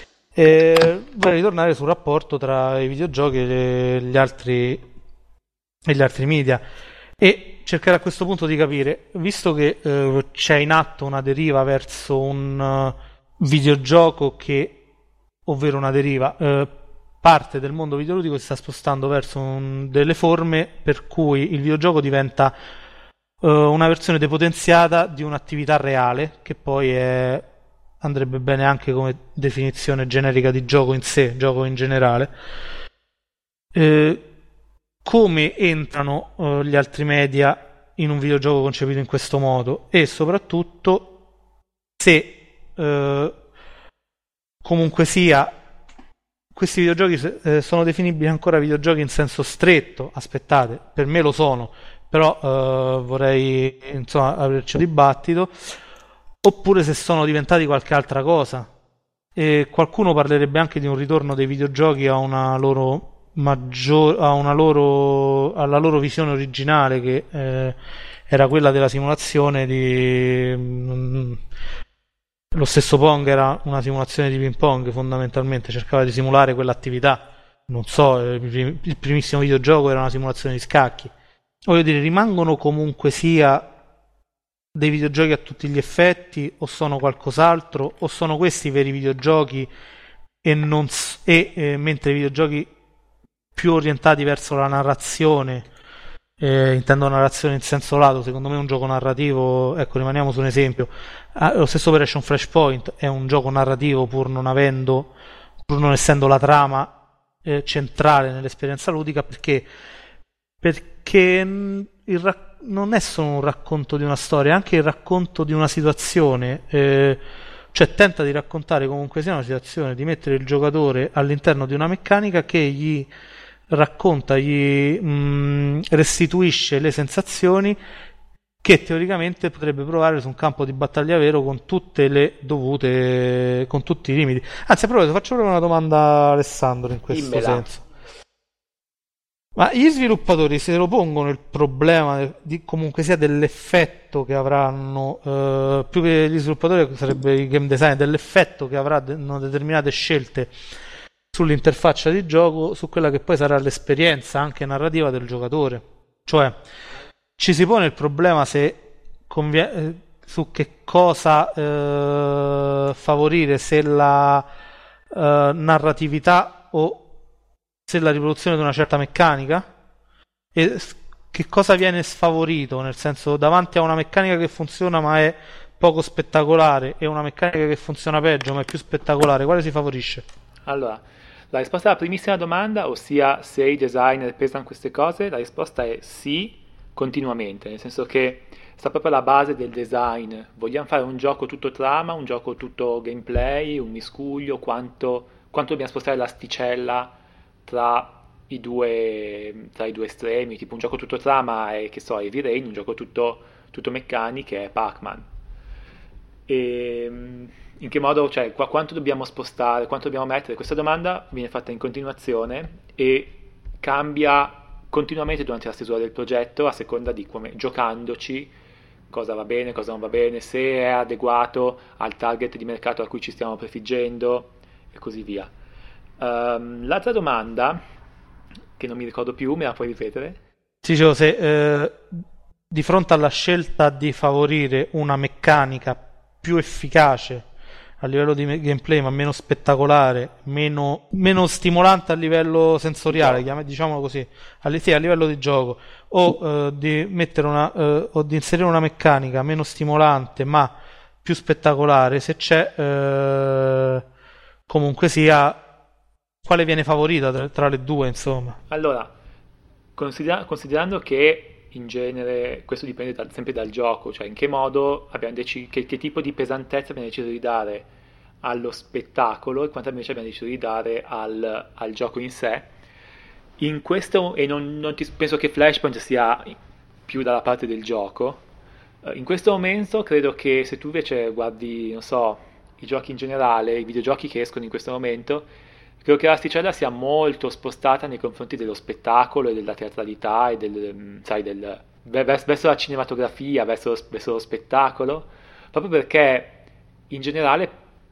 E vorrei ritornare sul rapporto tra i videogiochi e gli altri e gli altri media e cercare a questo punto di capire, visto che eh, c'è in atto una deriva verso un uh, videogioco che, ovvero una deriva, eh, parte del mondo videoludico si sta spostando verso un, delle forme per cui il videogioco diventa uh, una versione depotenziata di un'attività reale, che poi è, andrebbe bene anche come definizione generica di gioco in sé, gioco in generale. Eh, come entrano uh, gli altri media in un videogioco concepito in questo modo, e soprattutto se uh, comunque sia questi videogiochi eh, sono definibili ancora videogiochi in senso stretto. Aspettate, per me lo sono, però uh, vorrei insomma averci un dibattito, oppure se sono diventati qualche altra cosa. E qualcuno parlerebbe anche di un ritorno dei videogiochi a una loro maggior, a una loro, alla loro visione originale, che eh, era quella della simulazione di mm, lo stesso Pong era una simulazione di ping pong, fondamentalmente cercava di simulare quell'attività. Non so, il, il primissimo videogioco era una simulazione di scacchi. Voglio dire, rimangono comunque sia dei videogiochi a tutti gli effetti, o sono qualcos'altro, o sono questi i veri videogiochi, e, non, e eh, mentre i videogiochi più orientati verso la narrazione, eh, intendo narrazione in senso lato, secondo me un gioco narrativo, ecco, rimaniamo su un esempio, ah, lo stesso Operation Flashpoint è un gioco narrativo, pur non avendo, pur non essendo la trama eh, centrale nell'esperienza ludica, perché perché il rac- non è solo un racconto di una storia, è anche il racconto di una situazione, eh, cioè tenta di raccontare comunque sia una situazione, di mettere il giocatore all'interno di una meccanica che gli racconta, gli mh, restituisce le sensazioni che teoricamente potrebbe provare su un campo di battaglia vero, con tutte le dovute, con tutti i limiti. Anzi, a proposito, faccio proprio una domanda a Alessandro in questo Dimmela. senso. Ma gli sviluppatori se lo pongono il problema di comunque sia dell'effetto che avranno, eh, più che gli sviluppatori sarebbe il game design, dell'effetto che avranno determinate scelte sull'interfaccia di gioco, su quella che poi sarà l'esperienza anche narrativa del giocatore? Cioè, ci si pone il problema se convie- su che cosa eh, favorire, se la eh, narratività o se la riproduzione di una certa meccanica, e che cosa viene sfavorito, nel senso, davanti a una meccanica che funziona ma è poco spettacolare e una meccanica che funziona peggio ma è più spettacolare, quale si favorisce? Allora, la risposta alla primissima domanda, ossia se i designer pesano queste cose, la risposta è sì, continuamente, nel senso che sta proprio alla base del design. Vogliamo fare un gioco tutto trama, un gioco tutto gameplay, un miscuglio, quanto, quanto dobbiamo spostare l'asticella tra i due, tra i due estremi, tipo un gioco tutto trama è, che so, Heavy Rain, un gioco tutto, tutto meccaniche è Pac-Man. E in che modo, cioè, qua, quanto dobbiamo spostare, quanto dobbiamo mettere? Questa domanda viene fatta in continuazione e cambia continuamente durante la stesura del progetto, a seconda di come, giocandoci, cosa va bene, cosa non va bene, se è adeguato al target di mercato a cui ci stiamo prefiggendo e così via. Um, l'altra domanda, che non mi ricordo più, me la puoi ripetere? Ti dicevo, se eh, di fronte alla scelta di favorire una meccanica più efficace a livello di gameplay ma meno spettacolare, meno, meno stimolante a livello sensoriale, chiam- diciamolo così, a, sì, a livello di gioco, o eh, di mettere una eh, o di inserire una meccanica meno stimolante ma più spettacolare, se c'è eh, comunque sia, quale viene favorita tra, tra le due, insomma. Allora, considera- considerando che in genere questo dipende dal- sempre dal gioco, cioè in che modo abbiamo deciso, che, che tipo di pesantezza abbiamo deciso di dare allo spettacolo e quanto invece abbiamo deciso di dare al, al gioco in sé. In questo, e non, non ti, penso che Flashpoint sia più dalla parte del gioco, eh, in questo momento credo che se tu invece guardi, non so, i giochi in generale, i videogiochi che escono in questo momento, credo che l'asticella sia molto spostata nei confronti dello spettacolo e della teatralità e del, mm, sai, del, ver- verso la cinematografia, verso lo, verso lo spettacolo, proprio perché in generale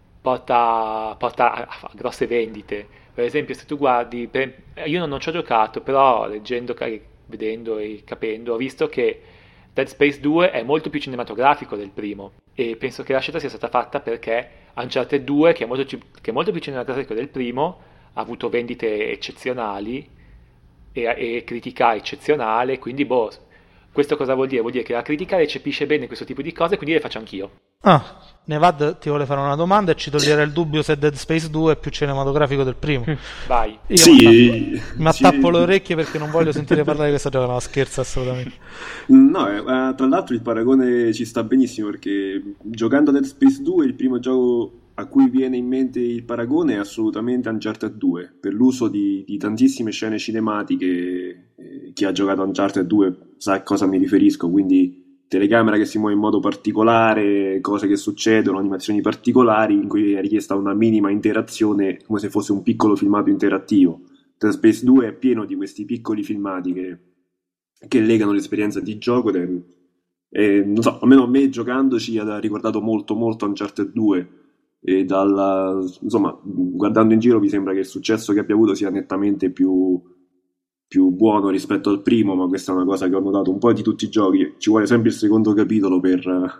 porta, porta a, a grosse vendite. Per esempio, se tu guardi, per- io non, non ci ho giocato, però leggendo, ca- vedendo e capendo, ho visto che Dead Space due è molto più cinematografico del primo e penso che la scelta sia stata fatta perché Uncharted due, che è molto, ci- che è molto più cinematografico del primo, ha avuto vendite eccezionali e, e critica eccezionale, quindi boh, questo cosa vuol dire? Vuol dire che la critica recepisce bene questo tipo di cose, quindi le faccio anch'io. Ah, Nevad ti vuole fare una domanda e ci togliere il dubbio se Dead Space due è più cinematografico del primo. Vai. Io Sì, mi sì. attappo le orecchie perché non voglio sentire parlare di questa gioco, no, scherzo assolutamente. No, eh, eh, tra l'altro il paragone ci sta benissimo perché giocando a Dead Space due il primo gioco a cui viene in mente il paragone è assolutamente Uncharted due, per l'uso di, di tantissime scene cinematiche. Eh, chi ha giocato a Uncharted due sa a cosa mi riferisco, quindi telecamera che si muove in modo particolare, cose che succedono, animazioni particolari in cui è richiesta una minima interazione come se fosse un piccolo filmato interattivo. Dead Space due è pieno di questi piccoli filmati che, che legano l'esperienza di gioco ed è, è, non so, almeno a me giocandoci ha ricordato molto molto Uncharted due e dalla, insomma, guardando in giro mi sembra che il successo che abbia avuto sia nettamente più, più buono rispetto al primo, ma questa è una cosa che ho notato un po' di tutti i giochi, ci vuole sempre il secondo capitolo per,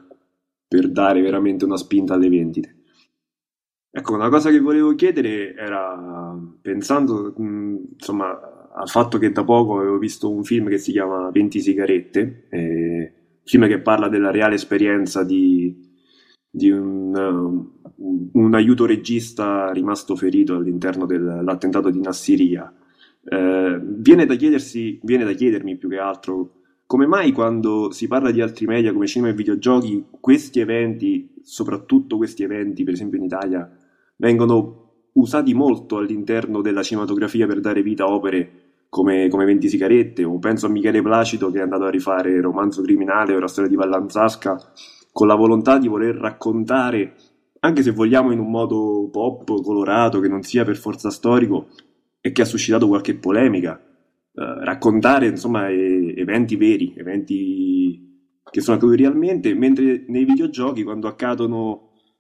per dare veramente una spinta alle vendite. Ecco, una cosa che volevo chiedere era, pensando mh, insomma al fatto che da poco avevo visto un film che si chiama venti sigarette, eh, film che parla della reale esperienza di, di un, uh, un aiuto regista rimasto ferito all'interno dell'attentato di Nassiriya. Eh, viene da chiedersi, viene da chiedermi più che altro come mai quando si parla di altri media come cinema e videogiochi, questi eventi, soprattutto questi eventi, per esempio in Italia, vengono usati molto all'interno della cinematografia per dare vita a opere come, come venti sigarette, o penso a Michele Placido che è andato a rifare Romanzo criminale o La storia di Vallanzasca con la volontà di voler raccontare, anche se vogliamo in un modo pop, colorato, che non sia per forza storico e che ha suscitato qualche polemica, eh, raccontare insomma e, eventi veri, eventi che sono accaduti realmente, mentre nei videogiochi quando accadono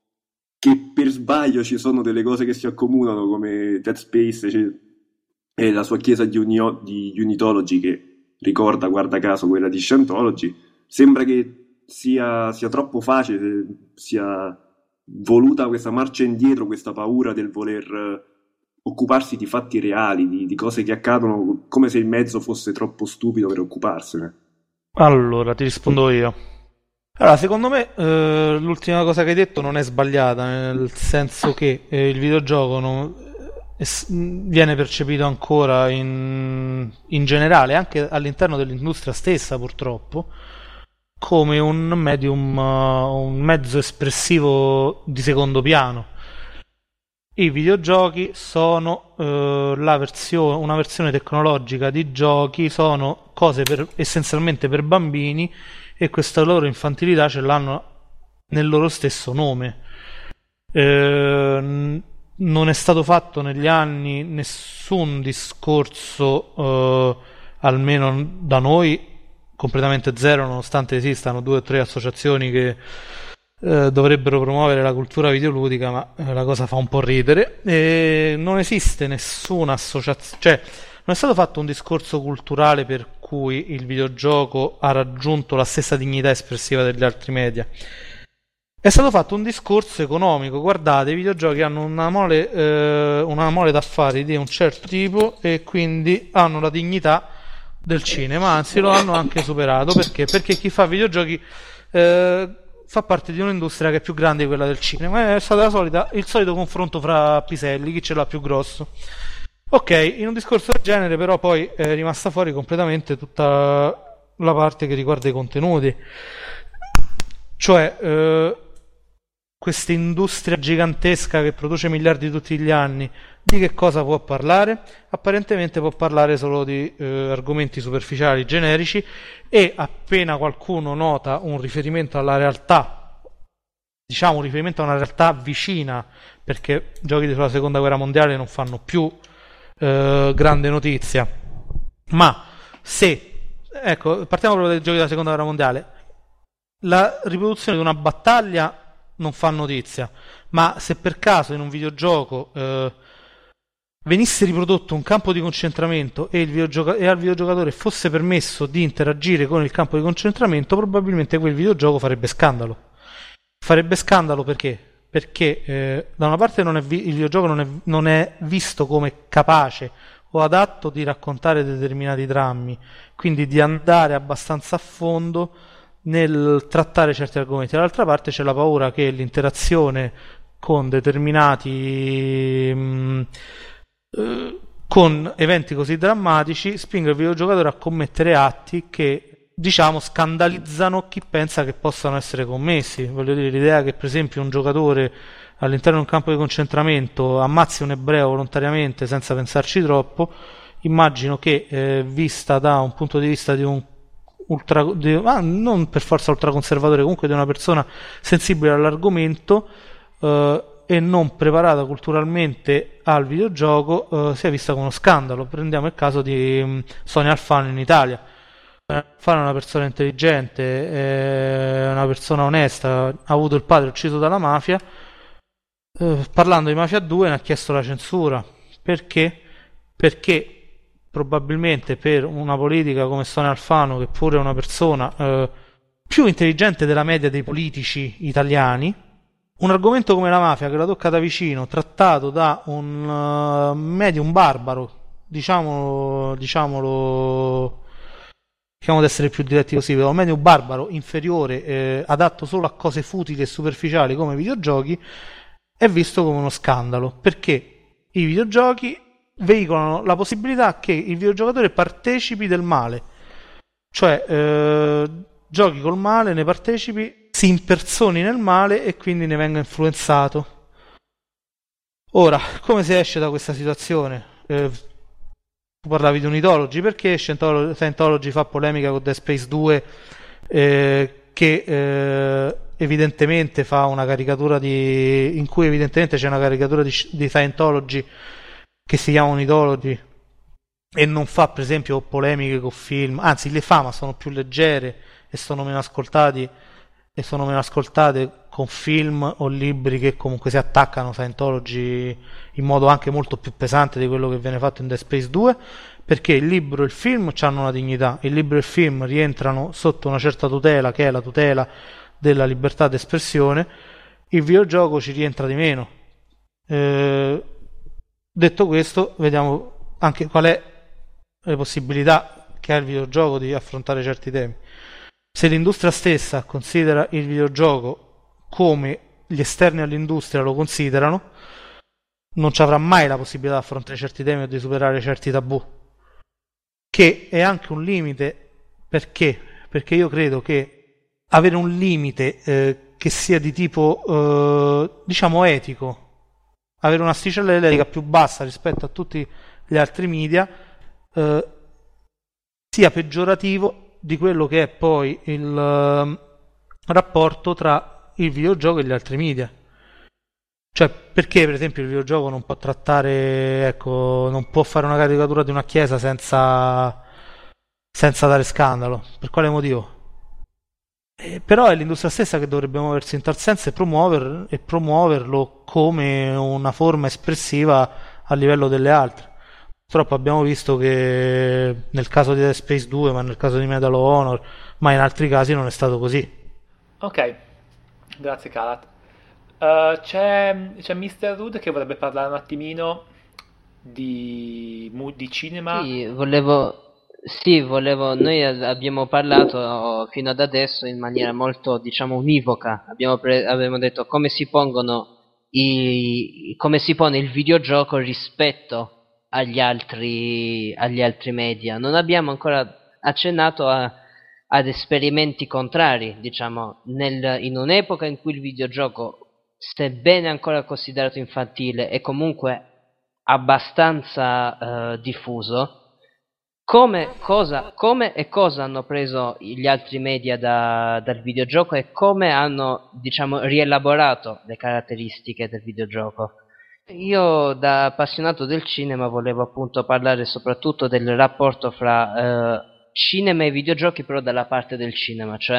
che per sbaglio ci sono delle cose che si accomunano come Dead Space cioè, e la sua chiesa di, Unio, di Unitology che ricorda guarda caso quella di Scientology, sembra che sia, sia troppo facile, sia voluta questa marcia indietro, questa paura del voler occuparsi di fatti reali, di, di cose che accadono, come se il mezzo fosse troppo stupido per occuparsene. Allora, ti rispondo io. Allora, secondo me eh, l'ultima cosa che hai detto non è sbagliata, nel senso che eh, il videogioco non, es- viene percepito ancora in, in generale, anche all'interno dell'industria stessa purtroppo, come un medium, uh, un mezzo espressivo di secondo piano. I videogiochi sono eh, la versione, una versione tecnologica di giochi, sono cose per, essenzialmente per bambini e questa loro infantilità ce l'hanno nel loro stesso nome. Eh, non è stato fatto negli anni nessun discorso, eh, almeno da noi, completamente zero, nonostante esistano due o tre associazioni che Eh, dovrebbero promuovere la cultura videoludica, ma eh, la cosa fa un po' ridere. E non esiste nessuna associazione, cioè non è stato fatto un discorso culturale per cui il videogioco ha raggiunto la stessa dignità espressiva degli altri media. È stato fatto un discorso economico. Guardate, i videogiochi hanno una mole, eh, una mole d'affari di un certo tipo e quindi hanno la dignità del cinema, anzi lo hanno anche superato. Perché? Perché chi fa videogiochi eh, fa parte di un'industria che è più grande di quella del cinema. È stata la solita, il solito confronto fra piselli, chi ce l'ha più grosso. Ok, in un discorso del genere però poi è rimasta fuori completamente tutta la parte che riguarda i contenuti. Cioè, eh, questa industria gigantesca che produce miliardi tutti gli anni, di che cosa può parlare? Apparentemente può parlare solo di eh, argomenti superficiali, generici, e appena qualcuno nota un riferimento alla realtà, diciamo un riferimento a una realtà vicina, perché giochi sulla seconda guerra mondiale non fanno più eh, grande notizia, ma se, ecco, partiamo proprio dai giochi della seconda guerra mondiale, la riproduzione di una battaglia non fa notizia, ma se per caso in un videogioco eh, venisse riprodotto un campo di concentramento e, il videogioca- e al videogiocatore fosse permesso di interagire con il campo di concentramento, probabilmente quel videogioco farebbe scandalo. Farebbe scandalo perché? Perché eh, da una parte non è vi- il videogioco non è, non è visto come capace o adatto di raccontare determinati drammi, quindi di andare abbastanza a fondo nel trattare certi argomenti. Dall'altra parte c'è la paura che l'interazione con determinati mh, eh, con eventi così drammatici spinga il videogiocatore a commettere atti che, diciamo, scandalizzano chi pensa che possano essere commessi. Voglio dire, l'idea che per esempio un giocatore all'interno di un campo di concentramento ammazzi un ebreo volontariamente senza pensarci troppo, immagino che eh, vista da un punto di vista di un ultra, di, ah, non per forza ultraconservatore, comunque di una persona sensibile all'argomento eh, e non preparata culturalmente al videogioco, eh, sia vista come uno scandalo. Prendiamo il caso di um, Sonia Alfano in Italia. Alfano è una persona intelligente, è una persona onesta, ha avuto il padre ucciso dalla mafia, eh, parlando di Mafia due ne ha chiesto la censura. Perché? Perché probabilmente per una politica come Sonia Alfano, che pure è una persona eh, più intelligente della media dei politici italiani, un argomento come la mafia, che la tocca da vicino, trattato da un uh, medium barbaro, diciamolo, diciamolo, diciamo di essere più diretti così, un medium barbaro inferiore, eh, adatto solo a cose futili e superficiali come i videogiochi, è visto come uno scandalo, perché i videogiochi veicolano la possibilità che il videogiocatore partecipi del male, cioè eh, giochi col male, ne partecipi, si impersoni nel male e quindi ne venga influenzato. Ora, come si esce da questa situazione? Eh, tu parlavi di Unitology, perché Scientology fa polemica con Dead Space due, eh, che eh, evidentemente fa una caricatura di, in cui evidentemente c'è una caricatura di, di Scientology che si chiama Unitology, e non fa per esempio polemiche con film, anzi le fa, ma sono più leggere e sono meno ascoltati e sono meno ascoltate con film o libri che comunque si attaccano a Scientology in modo anche molto più pesante di quello che viene fatto in Dead Space due, perché il libro e il film hanno una dignità, il libro e il film rientrano sotto una certa tutela, che è la tutela della libertà d'espressione, il videogioco ci rientra di meno. Eh, detto questo, vediamo anche qual è le possibilità che ha il videogioco di affrontare certi temi. Se l'industria stessa considera il videogioco come gli esterni all'industria lo considerano, non ci avrà mai la possibilità di affrontare certi temi o di superare certi tabù, che è anche un limite. Perché? Perché io credo che avere un limite eh, che sia di tipo eh, diciamo etico, avere un'asticella etica più bassa rispetto a tutti gli altri media, eh, sia peggiorativo di quello che è poi il uh, rapporto tra il videogioco e gli altri media. Cioè, perché per esempio il videogioco non può trattare, ecco, non può fare una caricatura di una chiesa senza senza dare scandalo? Per quale motivo? Eh, però è l'industria stessa che dovrebbe muoversi in tal senso e, promuover, e promuoverlo come una forma espressiva a livello delle altre. Purtroppo abbiamo visto che nel caso di Dead Space due, ma nel caso di Medal of Honor, ma in altri casi non è stato così. Ok, grazie Karat. Uh, c'è, c'è mister Rude che vorrebbe parlare un attimino di, mu- di cinema. Sì, volevo, Sì, volevo, noi abbiamo parlato fino ad adesso in maniera molto, diciamo, univoca. Abbiamo, pre- abbiamo detto come si pongono i, come si pone il videogioco rispetto agli altri, agli altri media. Non abbiamo ancora accennato a, ad esperimenti contrari, diciamo, nel, in un'epoca in cui il videogioco, sebbene ancora considerato infantile, è comunque abbastanza eh, diffuso. Come, cosa, come e cosa hanno preso gli altri media da, dal videogioco e come hanno, diciamo, rielaborato le caratteristiche del videogioco. Io, da appassionato del cinema, volevo appunto parlare soprattutto del rapporto fra eh, cinema e videogiochi, però dalla parte del cinema, cioè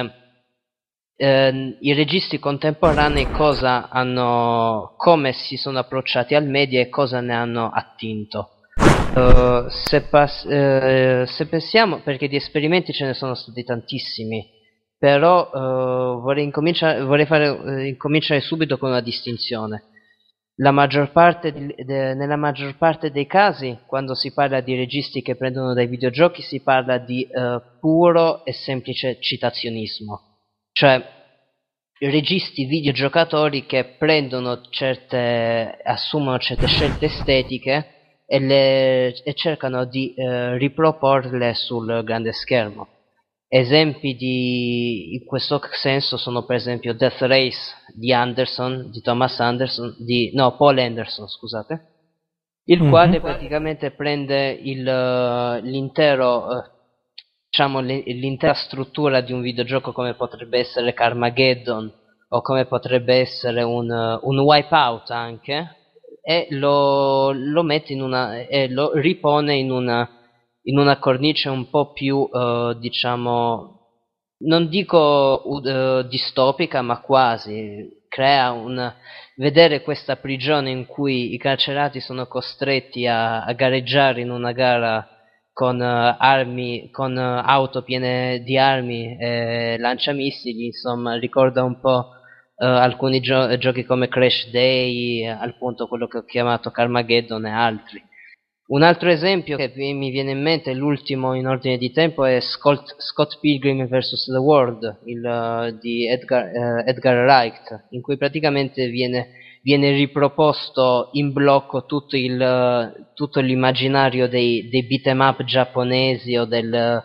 eh, i registi contemporanei cosa hanno, come si sono approcciati al media e cosa ne hanno attinto. Uh, se, pas- uh, se pensiamo, perché di esperimenti ce ne sono stati tantissimi, però uh, vorrei, incominciare, vorrei fare, uh, incominciare subito con una distinzione. La maggior parte di, de, nella maggior parte dei casi, quando si parla di registi che prendono dai videogiochi, si parla di uh, puro e semplice citazionismo, cioè registi videogiocatori che prendono certe, assumono certe scelte estetiche e, le, e cercano di eh, riproporle sul grande schermo. Esempi di, in questo senso sono per esempio Death Race di Anderson, di Thomas Anderson, di, no, Paul Anderson, scusate, il mm-hmm. quale praticamente prende il, l'intero, eh, diciamo, l'intera struttura di un videogioco come potrebbe essere Carmageddon o come potrebbe essere un, un Wipeout anche, e lo, lo mette in una e lo ripone in una in una cornice un po' più uh, diciamo, non dico uh, distopica, ma quasi. Crea un vedere questa prigione in cui i carcerati sono costretti a, a gareggiare in una gara con uh, armi, con uh, auto piene di armi e lanciamissili, insomma, ricorda un po' Uh, alcuni gio- giochi come Crash Day, al punto quello che ho chiamato Carmageddon e altri. Un altro esempio che mi viene in mente, l'ultimo in ordine di tempo, è Scott, Scott Pilgrim versus the World, il, uh, di Edgar, uh, Edgar Wright, in cui praticamente viene, viene riproposto in blocco tutto, il, uh, tutto l'immaginario dei, dei beat'em up giapponesi o del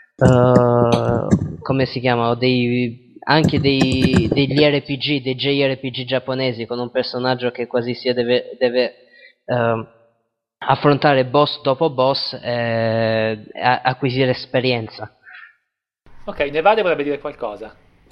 uh, come si chiama, o dei anche dei, degli R P G, dei J R P G giapponesi, con un personaggio che quasi sia deve, deve uh, affrontare boss dopo boss e a- acquisire esperienza. Ok, Nevade vorrebbe dire qualcosa.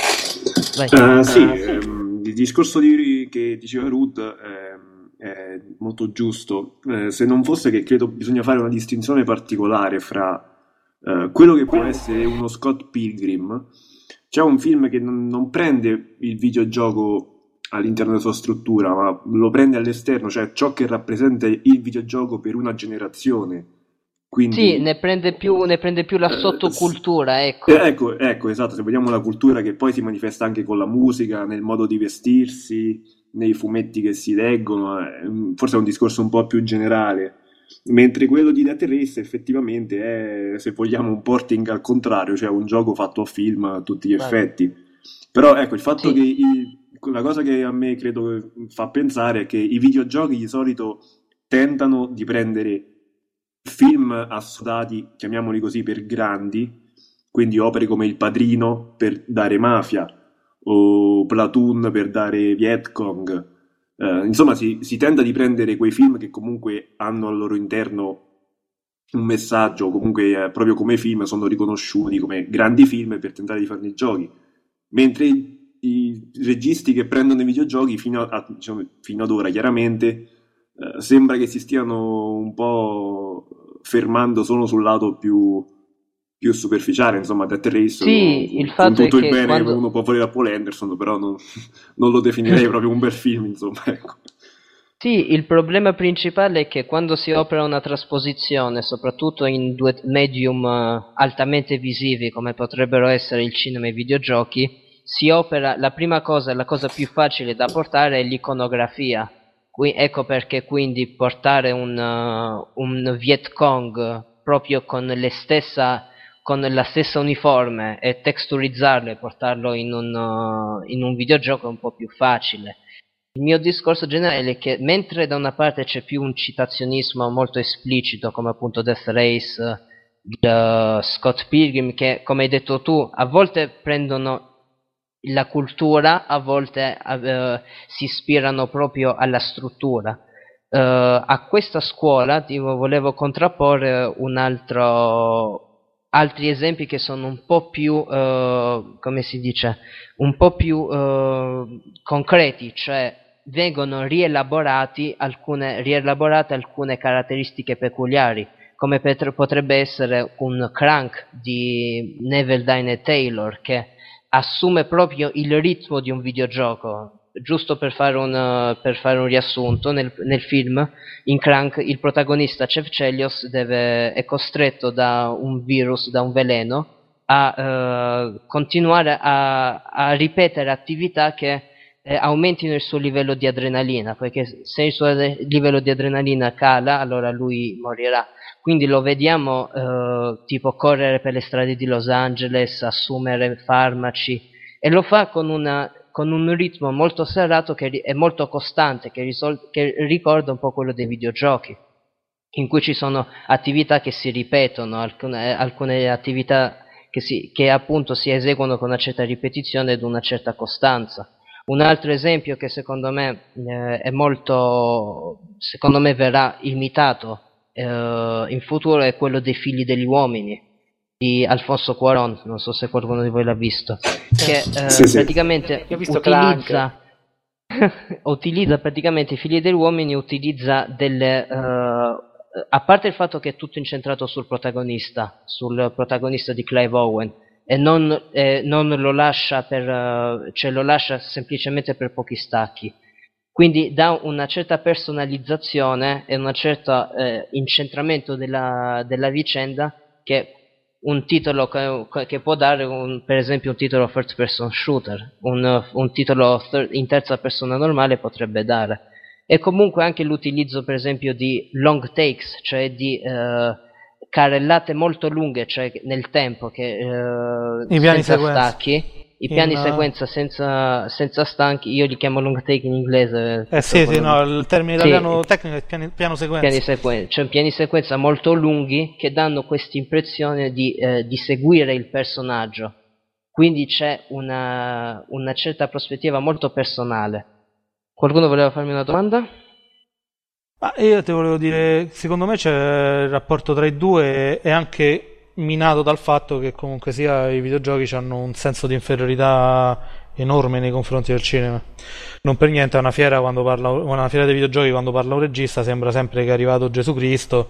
Uh, sì, ehm, il discorso di, che diceva Ruth ehm, è molto giusto, eh, se non fosse che credo bisogna fare una distinzione particolare fra eh, quello che può essere uno Scott Pilgrim. C'è un film che non, non prende il videogioco all'interno della sua struttura, ma lo prende all'esterno, cioè ciò che rappresenta il videogioco per una generazione. Quindi, sì, ne prende più, ne prende più la sottocultura, eh, ecco. Eh, ecco. Ecco, esatto, se vogliamo la cultura che poi si manifesta anche con la musica, nel modo di vestirsi, nei fumetti che si leggono, eh, forse è un discorso un po' più generale. Mentre quello di Death Race effettivamente è, se vogliamo, un porting al contrario, cioè un gioco fatto a film a tutti gli effetti. Però ecco, il fatto sì. che i, la cosa che a me credo fa pensare è che i videogiochi di solito tentano di prendere film assodati, chiamiamoli così, per grandi, quindi opere come Il Padrino per dare Mafia o Platoon per dare Vietcong. Uh, insomma, si, si tenta di prendere quei film che comunque hanno al loro interno un messaggio, comunque eh, proprio come film sono riconosciuti come grandi film per tentare di farne i giochi, mentre i, i registi che prendono i videogiochi fino, a, diciamo, fino ad ora chiaramente eh, sembra che si stiano un po' fermando solo sul lato più, più superficiale, insomma. Death Race, sì, con, il fatto con tutto è il che bene quando... uno può volere a Paul Anderson, però non, non lo definirei proprio un bel film, insomma, ecco. Sì, il problema principale è che quando si opera una trasposizione, soprattutto in due medium uh, altamente visivi come potrebbero essere il cinema e i videogiochi, si opera, la prima cosa, la cosa più facile da portare è l'iconografia. Qui, ecco perché quindi portare un, uh, un Viet Cong proprio con le stessa con la stessa uniforme e texturizzarlo e portarlo in un, uh, in un videogioco è un po' più facile. Il mio discorso generale è che mentre da una parte c'è più un citazionismo molto esplicito, come appunto Death Race, uh, Scott Pilgrim, che come hai detto tu a volte prendono la cultura, a volte uh, si ispirano proprio alla struttura. Uh, a questa scuola tipo, volevo contrapporre un altro altri esempi che sono un po' più uh, come si dice un po' più uh, concreti, cioè vengono rielaborati alcune rielaborate alcune caratteristiche peculiari, come petr- potrebbe essere un Crank di Neville Dine Taylor, che assume proprio il ritmo di un videogioco. Giusto per fare un, per fare un riassunto, nel, nel film, in Crank, il protagonista Chev Chelios deve, è costretto da un virus, da un veleno, a eh, continuare a, a ripetere attività che eh, aumentino il suo livello di adrenalina, perché se il suo livello di adrenalina cala, allora lui morirà. Quindi lo vediamo eh, tipo correre per le strade di Los Angeles, assumere farmaci, e lo fa con una con un ritmo molto serrato che è molto costante, che, risol- che ricorda un po' quello dei videogiochi, in cui ci sono attività che si ripetono, alcune, alcune attività che, si, che appunto si eseguono con una certa ripetizione ed una certa costanza. Un altro esempio che secondo me eh, è molto, secondo me verrà imitato eh, in futuro è quello dei Figli degli Uomini di Alfonso Cuarón, non so se qualcuno di voi l'ha visto, che eh, sì, sì. praticamente Io ho visto utilizza utilizza praticamente i Figli degli Uomini, utilizza delle uh, a parte il fatto che è tutto incentrato sul protagonista, sul protagonista di Clive Owen, e non, eh, non lo lascia per uh, cioè lo lascia semplicemente per pochi stacchi, quindi dà una certa personalizzazione e un certo eh, incentramento della, della vicenda che un titolo che, che può dare un, per esempio un titolo first person shooter, un, un titolo third, in terza persona normale potrebbe dare. E comunque anche l'utilizzo per esempio di long takes, cioè di eh, carrellate molto lunghe, cioè nel tempo, che eh, I piani senza sequenza. stacchi, i In, piani uh, sequenza senza, senza stanchi, io li chiamo long take in inglese. Eh sì, sì, no, il termine italiano Sì, tecnico è piani- piano sequenza. piani sequen- cioè piani sequenza molto lunghi che danno questa impressione di, eh, di seguire il personaggio, quindi c'è una, una certa prospettiva molto personale. Qualcuno voleva farmi una domanda? Ma io ti volevo dire, secondo me c'è il rapporto tra i due è anche minato dal fatto che comunque sia i videogiochi hanno un senso di inferiorità enorme nei confronti del cinema. Non per niente a una fiera, quando parla, una fiera dei videogiochi, quando parla un regista sembra sempre che è arrivato Gesù Cristo,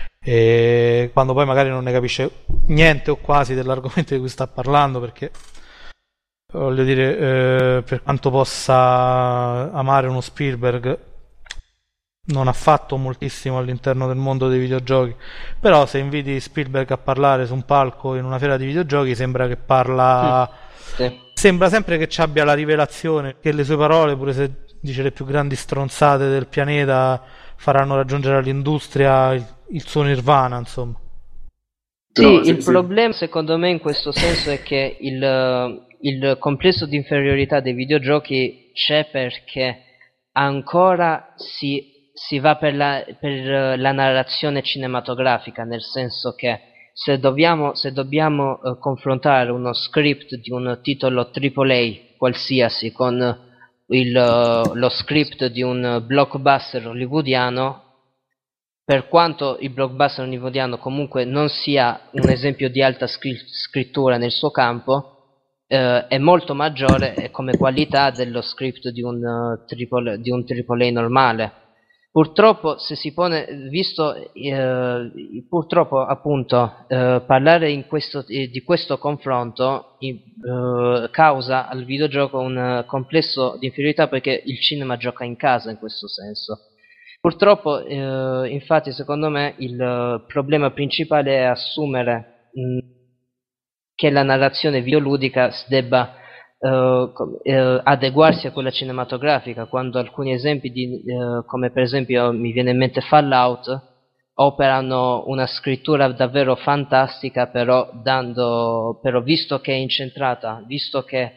e quando poi magari non ne capisce niente o quasi dell'argomento di cui sta parlando, perché voglio dire, eh, per quanto possa amare uno Spielberg, non ha fatto moltissimo all'interno del mondo dei videogiochi, però se inviti Spielberg a parlare su un palco in una fiera di videogiochi sembra che parla Mm, sì. sembra sempre che ci abbia la rivelazione che le sue parole, pure se dice le più grandi stronzate del pianeta, faranno raggiungere all'industria il, il suo nirvana, insomma. Però, Sì, se- il se- problema secondo me in questo senso è che il, il complesso di inferiorità dei videogiochi c'è perché ancora si, si va per la, per la narrazione cinematografica, nel senso che se dobbiamo, se dobbiamo eh, confrontare uno script di un titolo tripla A qualsiasi con il, lo script di un blockbuster hollywoodiano, per quanto il blockbuster hollywoodiano comunque non sia un esempio di alta scri- scrittura nel suo campo, eh, è molto maggiore come qualità dello script di un, uh, triple, di un tripla A normale. Purtroppo, se si pone, visto, eh, purtroppo appunto, eh, parlare in questo, eh, di questo confronto eh, causa al videogioco un uh, complesso di inferiorità, perché il cinema gioca in casa in questo senso. Purtroppo, eh, infatti, secondo me il uh, problema principale è assumere mh, che la narrazione videoludica debba uh, com- uh, adeguarsi a quella cinematografica, quando alcuni esempi di, uh, come per esempio mi viene in mente Fallout, operano una scrittura davvero fantastica, però dando però visto che è incentrata, visto che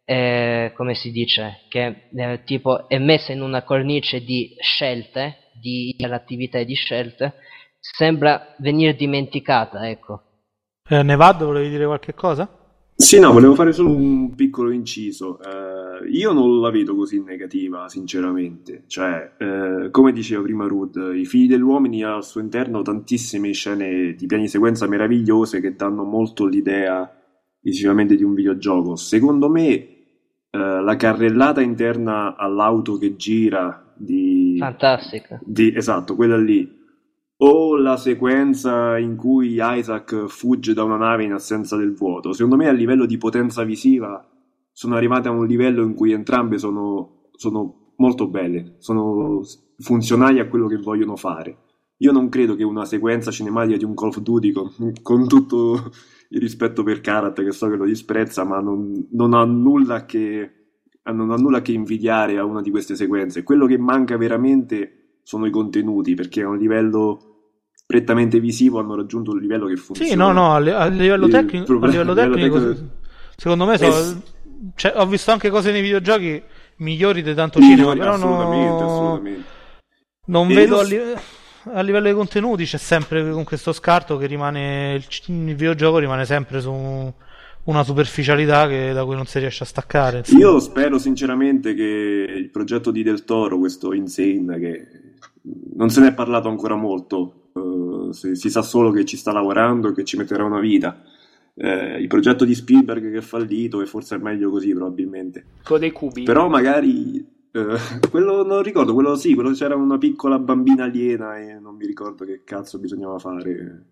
è, come si dice, che è, tipo è messa in una cornice di scelte, di attività e di scelte, sembra venire dimenticata, ecco. Eh, Nevad, volevi dire qualche cosa? Sì, no, volevo fare solo un piccolo inciso. Eh, io non la vedo così negativa, sinceramente. Cioè, eh, come diceva prima Rudd, I figli dell'uomini ha al suo interno tantissime scene di piani sequenza meravigliose che danno molto l'idea visivamente di un videogioco. Secondo me, eh, la carrellata interna all'auto che gira di... Fantastica. di- esatto, quella lì. O la sequenza in cui Isaac fugge da una nave in assenza del vuoto. Secondo me a livello di potenza visiva sono arrivate a un livello in cui entrambe sono, sono molto belle, sono funzionali a quello che vogliono fare. Io non credo che una sequenza cinematica di un Call of Duty, con, con tutto il rispetto per Karat, che so che lo disprezza, ma non, non ha nulla che, non ha nulla che invidiare a una di queste sequenze. Quello che manca veramente sono i contenuti, perché a un livello prettamente visivo hanno raggiunto un livello che funziona. Sì, no, no, a, li- a livello, Il tecnico, a problema- livello a livello tecnico, tecnico- secondo me, so- Eh, cioè, ho visto anche cose nei videogiochi migliori di tanto cinema, migliori, però assolutamente, no- assolutamente. non E vedo io a, s- li- a livello dei contenuti c'è sempre con questo scarto che rimane il, c- il videogioco rimane sempre su un- una superficialità che- da cui non si riesce a staccare, insomma. Io spero sinceramente che il progetto di Del Toro, questo Insane, che non se ne è parlato ancora molto, eh, si, si sa solo che ci sta lavorando e che ci metterà una vita. Eh, il progetto di Spielberg che è fallito, e forse è meglio così probabilmente. Quello dei cubi. Però magari eh, quello non ricordo, quello sì, quello c'era una piccola bambina aliena e non mi ricordo che cazzo bisognava fare.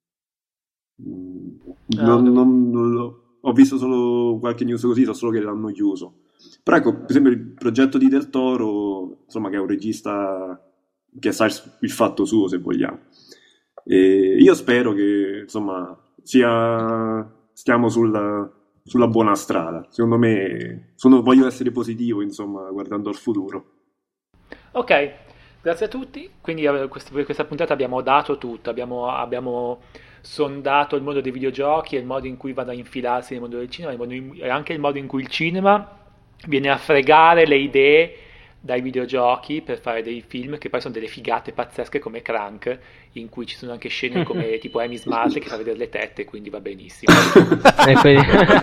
Mm, Ah, non- devo- non- non lo- Ho visto solo qualche news così, so solo che l'hanno chiuso. Però ecco, per esempio il progetto di Del Toro, insomma, che è un regista che sa il il fatto suo, se vogliamo. E io spero che, insomma, sia stiamo sulla, sulla buona strada. Secondo me, sono- voglio essere positivo, insomma, guardando al futuro. Ok, grazie a tutti. Quindi eh, quest- per questa puntata abbiamo dato tutto, abbiamo, abbiamo sondato il mondo dei videogiochi e il modo in cui vanno a infilarsi nel mondo del cinema, il modo in- e anche il modo in cui il cinema viene a fregare le idee dai videogiochi per fare dei film che poi sono delle figate pazzesche come Crank, in cui ci sono anche scene come tipo Amy Smart che fa vedere le tette, quindi va benissimo. E quindi-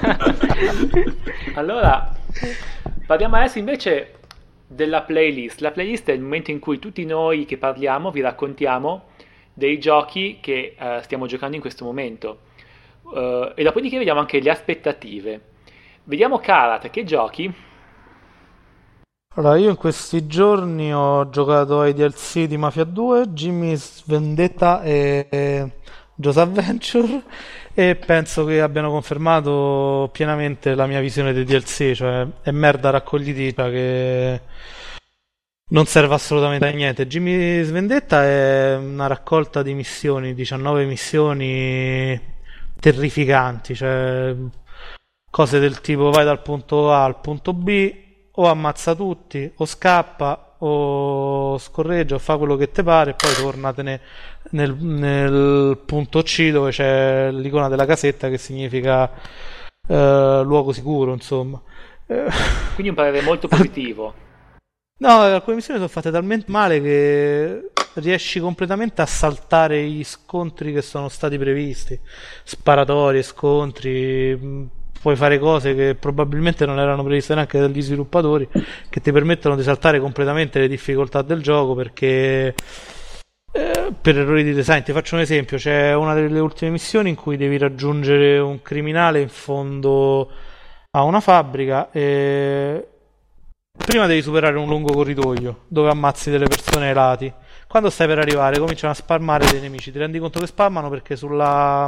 Allora, parliamo adesso invece della playlist. La playlist è il momento in cui tutti noi che parliamo vi raccontiamo dei giochi che eh, stiamo giocando in questo momento. Eh, e dopodiché vediamo anche le aspettative. Vediamo Karat, che giochi? Allora, io in questi giorni ho giocato ai D L C di Mafia due, Jimmy's Vendetta e e Joe's Adventure, e penso che abbiano confermato pienamente la mia visione dei D L C, cioè è merda raccogliticcia che non serve assolutamente a niente. Jimmy's Vendetta è una raccolta di missioni, diciannove missioni terrificanti, cioè cose del tipo vai dal punto A al punto B, o ammazza tutti, o scappa, o scorreggia, o fa quello che ti pare, e poi tornatene nel, nel punto C dove c'è l'icona della casetta che significa eh, luogo sicuro, insomma. Eh, Quindi un parere molto positivo. No, alcune missioni sono fatte talmente male che riesci completamente a saltare gli scontri che sono stati previsti. Sparatorie, scontri, mh, puoi fare cose che probabilmente non erano previste neanche dagli sviluppatori, che ti permettono di saltare completamente le difficoltà del gioco perché eh, per errori di design. Ti faccio un esempio: c'è una delle ultime missioni in cui devi raggiungere un criminale in fondo a una fabbrica e prima devi superare un lungo corridoio dove ammazzi delle persone ai lati. Quando stai per arrivare cominciano a spalmare dei nemici, ti rendi conto che spammano perché sulla,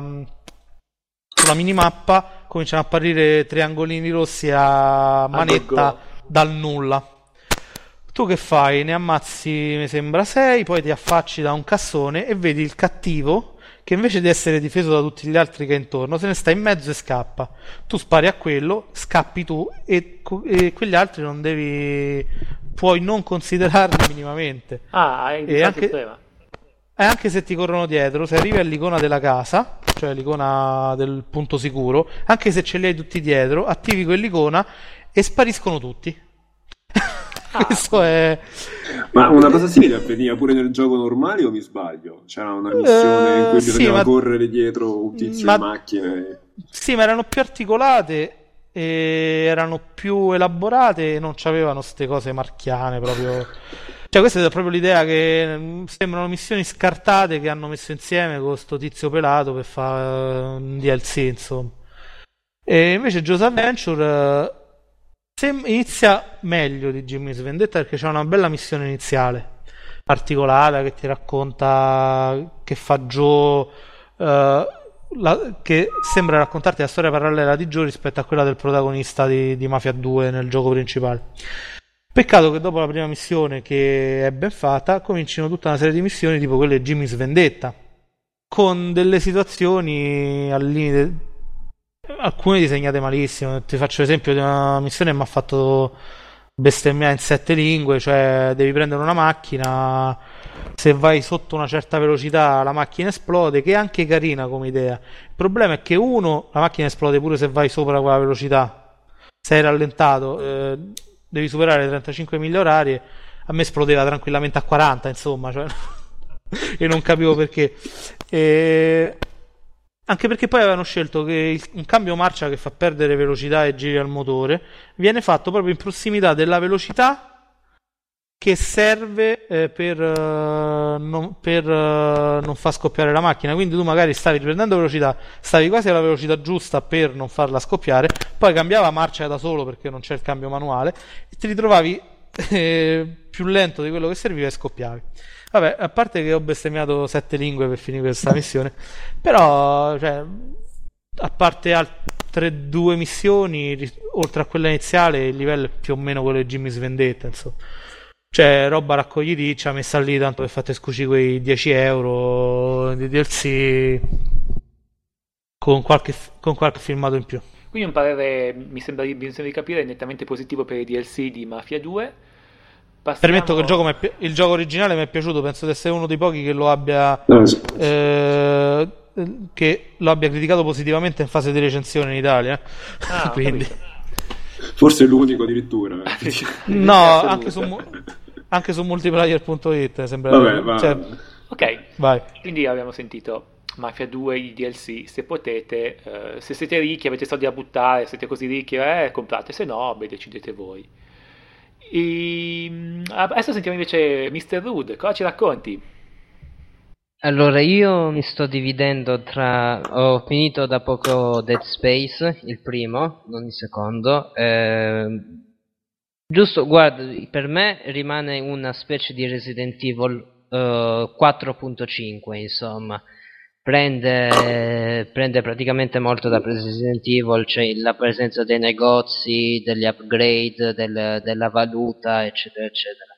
sulla minimappa cominciano a apparire triangolini rossi a manetta go. dal nulla. Tu che fai? Ne ammazzi, mi sembra, sei, poi ti affacci da un cassone e vedi il cattivo che invece di essere difeso da tutti gli altri che è intorno, se ne sta in mezzo e scappa. Tu spari a quello, scappi tu e, e quegli altri non devi... puoi non considerarli minimamente. Ah, hai E indicato anche- il tema. E anche se ti corrono dietro, se arrivi all'icona della casa, cioè l'icona del punto sicuro, anche se ce li hai tutti dietro, attivi quell'icona e spariscono tutti. Ah, Questo è... Ma una cosa simile avveniva pure nel gioco normale o mi sbaglio? C'era una missione in cui Eh, sì, bisognava ma- correre dietro un tizio ma- in macchina e... Sì, ma erano più articolate e erano più elaborate e non c'avevano queste cose marchiane proprio. Cioè, questa è proprio l'idea che mm, sembrano missioni scartate che hanno messo insieme con sto tizio pelato per fare un D L C, insomma. E invece Joe's Adventure eh, sem- inizia meglio di Jimmy's Vendetta perché c'è una bella missione iniziale, articolata, che ti racconta che fa Joe, eh, la- che sembra raccontarti la storia parallela di Joe rispetto a quella del protagonista di, di Mafia due nel gioco principale. Peccato che dopo la prima missione, che è ben fatta, comincino tutta una serie di missioni tipo quelle di Jimmy's Vendetta, con delle situazioni al limite, alcune disegnate malissimo. Ti faccio l'esempio di una missione che mi ha fatto bestemmiare in sette lingue, cioè devi prendere una macchina, se vai sotto una certa velocità la macchina esplode, che è anche carina come idea. Il problema è che uno, la macchina esplode pure se vai sopra quella velocità, sei rallentato, eh, devi superare le trentacinque miglia orarie, a me esplodeva tranquillamente a quaranta, insomma, cioè, e non capivo perché. E... Anche perché poi avevano scelto che il- un cambio marcia che fa perdere velocità e giri al motore viene fatto proprio in prossimità della velocità che serve eh, per, eh, non, per eh, non far scoppiare la macchina. Quindi tu magari stavi riprendendo velocità, stavi quasi alla velocità giusta per non farla scoppiare, poi cambiava marcia da solo perché non c'è il cambio manuale e ti ritrovavi eh, più lento di quello che serviva e scoppiavi. Vabbè, a parte che ho bestemmiato sette lingue per finire questa missione, però, cioè, a parte altre due missioni, ri- oltre a quella iniziale, il livello è più o meno quello di Jimmy's Vendetta, insomma. Cioè, roba raccogliticcia, messa lì tanto per fate scuci quei dieci euro di D L C con qualche, con qualche filmato in più. quindi un parere, mi sembra, di- mi sembra di capire, nettamente positivo per i D L C di Mafia due. Permetto che il gioco, Passiamo... mi è pi- il gioco originale mi è piaciuto, penso di essere uno dei pochi che lo abbia No, s- eh, che lo abbia criticato positivamente in fase di recensione in Italia. Ah, ho Quindi capito. forse è l'unico addirittura. no, Assoluta. anche su mu- anche su multiplayer punto it sembra, Vabbè, va. cioè, Ok, vai. quindi abbiamo sentito Mafia due, i D L C, se potete, eh, se siete ricchi, avete soldi da buttare, siete così ricchi, eh, comprate, se no, beh, decidete voi. E, mm, adesso sentiamo invece mister Rude, cosa ci racconti? Allora, io mi sto dividendo tra... Ho finito da poco Dead Space, il primo, non il secondo. Ehm, giusto, guarda, per me rimane una specie di Resident Evil eh, quattro punto cinque, insomma. Prende, prende praticamente molto da Resident Evil, c'è la presenza dei negozi, degli upgrade, del- della valuta, eccetera, eccetera.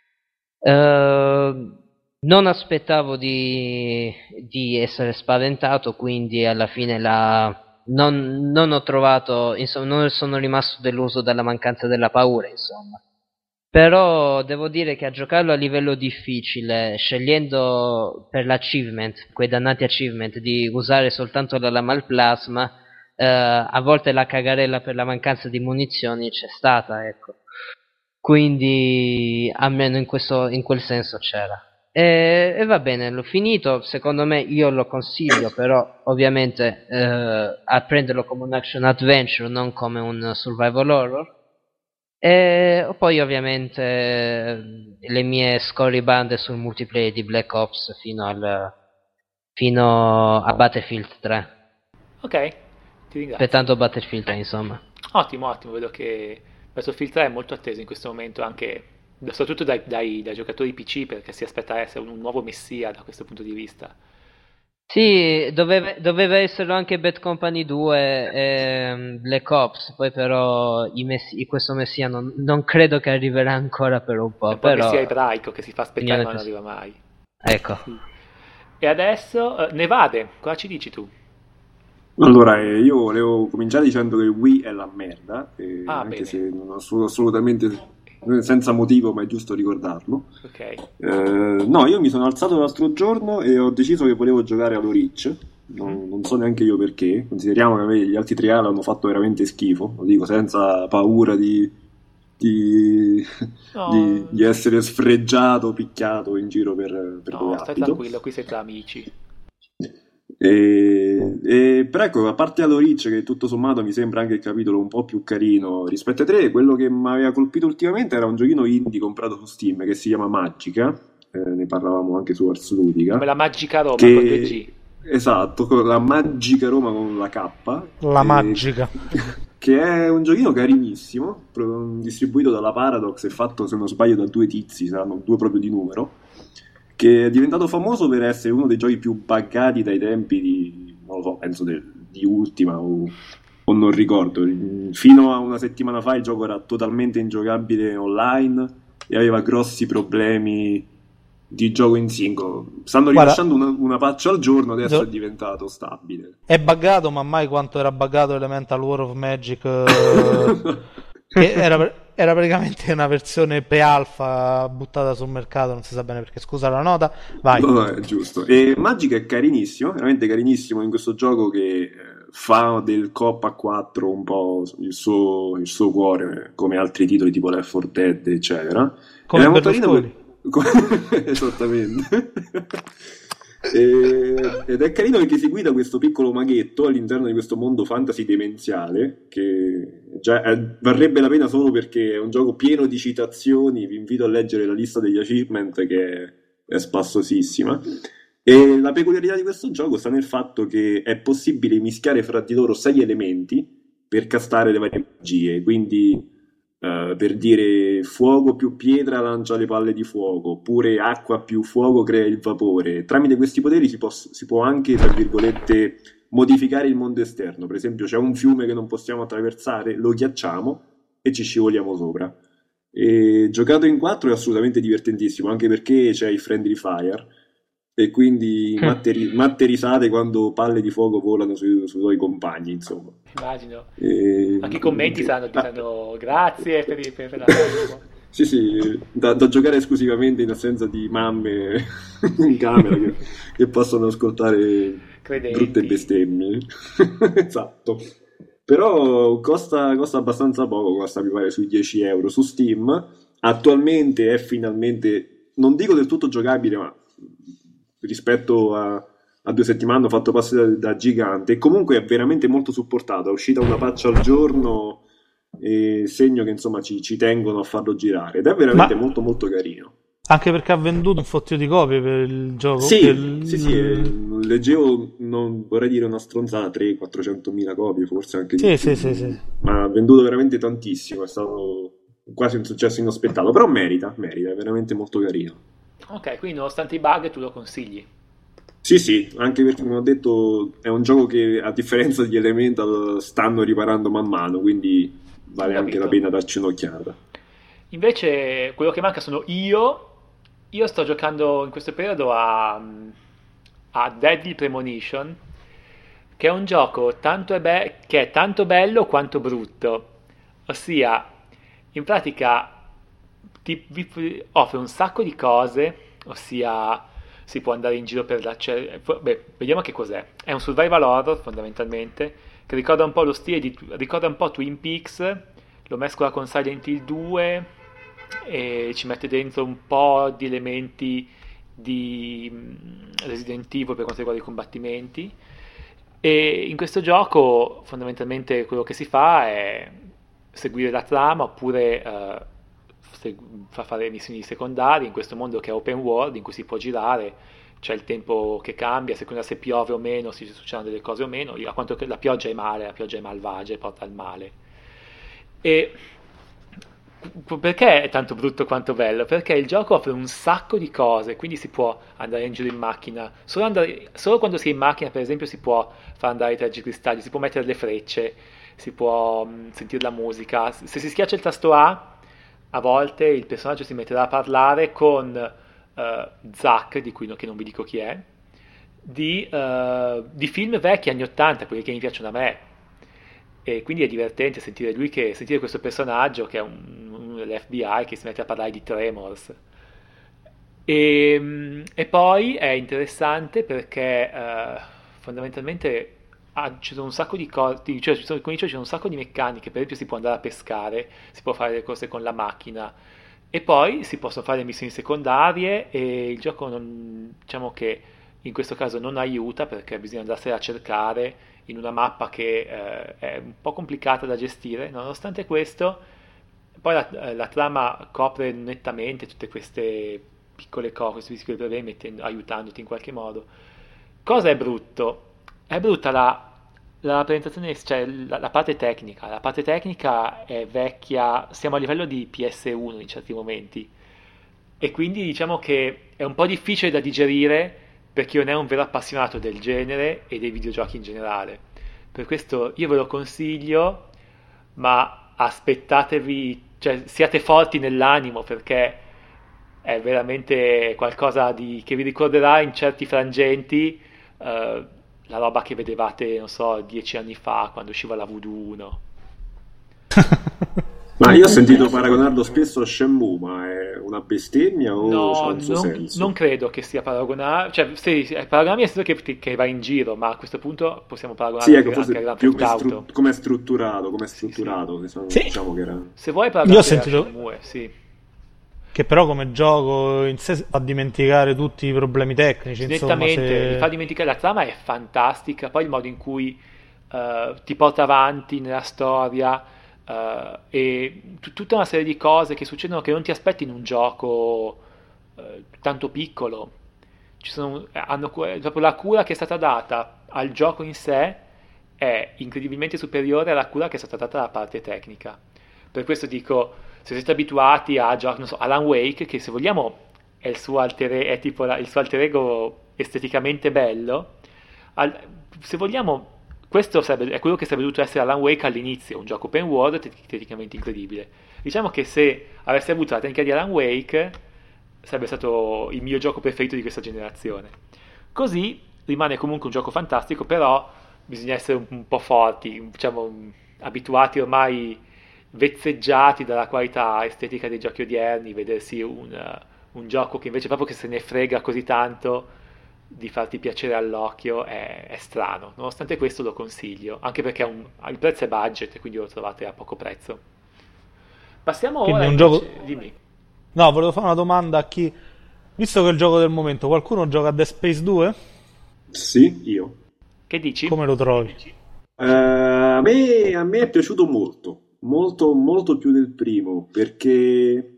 Eh, non aspettavo di, di essere spaventato, quindi alla fine la, non, non ho trovato, insomma, non sono rimasto deluso dalla mancanza della paura, insomma. Però devo dire che a giocarlo a livello difficile, scegliendo per l'achievement, quei dannati achievement, di usare soltanto la lama al plasma, eh, a volte la cagarella per la mancanza di munizioni c'è stata, ecco. Quindi almeno in questo, in quel senso c'era. E, e va bene, l'ho finito, secondo me io lo consiglio, però ovviamente eh, a prenderlo come un action adventure, non come un survival horror. E poi ovviamente eh, le mie scorribande sul multiplayer di Black Ops fino al fino a Battlefield tre. Ok, ti ringrazio. Aspettando Battlefield tre, insomma. Ottimo, ottimo, vedo che Battlefield tre è molto atteso in questo momento, anche soprattutto dai, dai- dai giocatori P C, perché si aspetta essere un, un nuovo messia da questo punto di vista. Sì, doveva, doveva esserlo anche Bad Company due e Black Ops, poi però i messi, questo messia non, non credo che arriverà ancora per un È po', un po' il però messia ebraico che si fa aspettare ma non Opinione arriva mai. ecco. E adesso, eh, Nevade, cosa ci dici tu? Allora, eh, io volevo cominciare dicendo che Wii è la merda, eh, Ah, anche bene. se non ho assolut- assolutamente senza motivo, ma è giusto ricordarlo. Ok. Eh, no, io mi sono alzato l'altro giorno e ho deciso che volevo giocare allo Reach. Non, non so neanche io perché. Consideriamo che a me gli altri trial hanno fatto veramente schifo, lo dico senza paura di, di, No, di, di essere sfregiato, picchiato in giro per, per no, dove stai abito. tranquillo, qui sei tra amici. E, e- però ecco, a parte Halo Reach, che tutto sommato mi sembra anche il capitolo un po' più carino rispetto ai tre, quello che mi aveva colpito ultimamente era un giochino indie comprato su Steam che si chiama Magica, eh, ne parlavamo anche su Ars Ludica, Come la Magica Roma che con due G. esatto, con la Magica Roma con la K, La eh, magica. che è un giochino carinissimo, pro- distribuito dalla Paradox e fatto, se non sbaglio, da due tizi, saranno due proprio di numero, che è diventato famoso per essere uno dei giochi più buggati dai tempi di, non lo so, penso de- di Ultima o, o non ricordo. Fino a una settimana fa il gioco era totalmente ingiocabile online e aveva grossi problemi di gioco in singolo. Stanno Guarda, rilasciando una, una patch al giorno, adesso do- è diventato stabile. è buggato, ma mai quanto era buggato Elemental War of Magic, eh, che era, era praticamente una versione pre-alpha buttata sul mercato, non si sa bene perché, scusa la nota, vai. No, no, è giusto. E Magic è carinissimo, veramente carinissimo in questo gioco che eh, fa del coop a quattro un po' il suo, il suo cuore, come altri titoli tipo Left four Dead, eccetera. Come Ed è molto carino Berlusconi. per- Esattamente. E- ed è carino perché si guida questo piccolo maghetto all'interno di questo mondo fantasy demenziale che già eh, varrebbe la pena solo perché è un gioco pieno di citazioni. Vi invito a leggere la lista degli achievement, che è, è spassosissima. E la peculiarità di questo gioco sta nel fatto che è possibile mischiare fra di loro sei elementi per castare le varie magie. Quindi eh, per dire, fuoco più pietra lancia le palle di fuoco, oppure acqua più fuoco crea il vapore. Tramite questi poteri si, pos- si può anche, tra virgolette, modificare il mondo esterno. Per esempio, c'è un fiume che non possiamo attraversare, lo ghiacciamo e ci scivoliamo sopra. E giocato in quattro è assolutamente divertentissimo, anche perché c'è il friendly fire e quindi matte, ri- matte risate quando palle di fuoco volano sui, sui tuoi compagni, insomma. Immagino. E- Anche i commenti saranno, Ah, diranno grazie per, il- per, per la sì, sì, da, da giocare esclusivamente in assenza di mamme in camera che, che possono ascoltare brutte credenti. bestemmie. Esatto. Però costa, costa abbastanza poco, costa mi pare sui dieci euro su Steam. Attualmente è finalmente, non dico del tutto giocabile, ma rispetto a, a due settimane hanno fatto passi da, da gigante. E comunque è veramente molto supportato. È uscita una patch al giorno, e segno che insomma ci, ci tengono a farlo girare. Ed è veramente Ma molto molto carino. anche perché ha venduto un fottio di copie per il gioco, Sì, per il- sì, sì, eh, leggevo, non vorrei dire una stronzata, trecento quattrocento mila copie, forse anche di Sì, più, sì, sì, sì. ma ha venduto veramente tantissimo, è stato quasi un successo inaspettato, però merita, merita, è veramente molto carino. Ok, quindi nonostante i bug tu lo consigli. Sì, sì, anche perché come ho detto è un gioco che a differenza di Elemental stanno riparando man mano, quindi vale Ho anche la capito. pena darci un'occhiata. Invece quello che manca sono io. Io sto giocando in questo periodo a, a Deadly Premonition, che è un gioco tanto è be- che è tanto bello quanto brutto. Ossia, in pratica ti vi offre un sacco di cose, ossia si può andare in giro per la... cioè, fo- beh, vediamo che cos'è. È un survival horror fondamentalmente, che ricorda un po' lo stile di... ricorda un po' Twin Peaks, lo mescola con Silent Hill due e ci mette dentro un po' di elementi di mm, Resident Evil per quanto riguarda i combattimenti. E in questo gioco fondamentalmente quello che si fa è seguire la trama oppure eh, seg- fa fare missioni secondarie in questo mondo che è open world in cui si può girare, c'è il tempo che cambia, a seconda se piove o meno, se succedono delle cose o meno, a quanto che la pioggia è male, la pioggia è malvagia e porta al male. E perché è tanto brutto quanto bello? Perché il gioco offre un sacco di cose, quindi si può andare in giro in macchina. Solo, andare- solo quando si è in macchina, per esempio, si può far andare i tergicristalli, si può mettere le frecce, si può mh, sentire la musica. Se si schiaccia il tasto A, a volte il personaggio si metterà a parlare con eh, Zack, di cui no- che non vi dico chi è, di, eh, di film vecchi anni ottanta, quelli che mi piacciono a me. E quindi è divertente sentire lui che, sentire questo personaggio che è un, un dell'F B I che si mette a parlare di Tremors. E, e poi è interessante perché eh, fondamentalmente ah, ci sono un sacco di cose, cioè ci sono, come dicevo, ci sono un sacco di meccaniche, per esempio si può andare a pescare, si può fare le cose con la macchina e poi si possono fare le missioni secondarie e il gioco non, diciamo che in questo caso non aiuta perché bisogna andarsene a cercare in una mappa che eh, è un po' complicata da gestire. Nonostante questo, poi la, la trama copre nettamente tutte queste piccole cose, questi piccoli problemi, mettendo- aiutandoti in qualche modo. Cosa è brutto? È brutta la, la presentazione, cioè la, la parte tecnica. La parte tecnica è vecchia, siamo a livello di P S uno in certi momenti. E quindi diciamo che è un po' difficile da digerire per chi non è un vero appassionato del genere e dei videogiochi in generale. Per questo io ve lo consiglio, ma aspettatevi, cioè siate forti nell'animo perché è veramente qualcosa di, che vi ricorderà in certi frangenti eh, la roba che vedevate, non so, dieci anni fa quando usciva la Voodoo uno. Ma io ho sentito paragonarlo spesso a Shenmue, ma è una bestemmia o No, c'ha un suo non, senso? non credo che sia paragonabile, cioè sì, sì, è paragonabile nel senso che, che va in giro, ma a questo punto possiamo Sì, paragonarlo ecco, anche, anche a forse Grand più Theft come, Auto. stru- come è strutturato, come è Sì, sì. strutturato, diciamo, Sì. diciamo che era... Se vuoi Io ho paragonarlo a sentito Shenmue, sì. che però come gioco in sé fa dimenticare tutti i problemi tecnici, insomma, Nettamente, mi se... fa dimenticare, la trama è fantastica, poi il modo in cui eh, ti porta avanti nella storia eh, e t- tutta una serie di cose che succedono che non ti aspetti in un gioco eh, tanto piccolo. Ci sono, hanno, cu- proprio la cura che è stata data al gioco in sé è incredibilmente superiore alla cura che è stata data alla parte tecnica. Per questo dico, se siete abituati a giochi, non so, Alan Wake, che se vogliamo è il suo alter, e- è tipo la- il suo alter ego esteticamente bello, al- se vogliamo, questo sarebbe- è quello che sarebbe dovuto essere Alan Wake all'inizio, un gioco open world te- tecnicamente incredibile. Diciamo che se avesse avuto la tecnica di Alan Wake, sarebbe stato il mio gioco preferito di questa generazione. Così rimane comunque un gioco fantastico, però bisogna essere un, un po' forti, diciamo, abituati ormai, vezzeggiati dalla qualità estetica dei giochi odierni, vedersi un, eh, un gioco che invece proprio che se ne frega così tanto di farti piacere all'occhio è, è strano. Nonostante questo lo consiglio, anche perché è un- il prezzo è budget, quindi lo trovate a poco prezzo. Passiamo Quindi ora è un invece, gioco... dimmi. No, volevo fare una domanda a chi... Visto che è il gioco del momento, qualcuno gioca a Dead Space due? Sì, io. Che dici? Come lo trovi? Eh, a me, a me è piaciuto molto, molto, molto più del primo, perché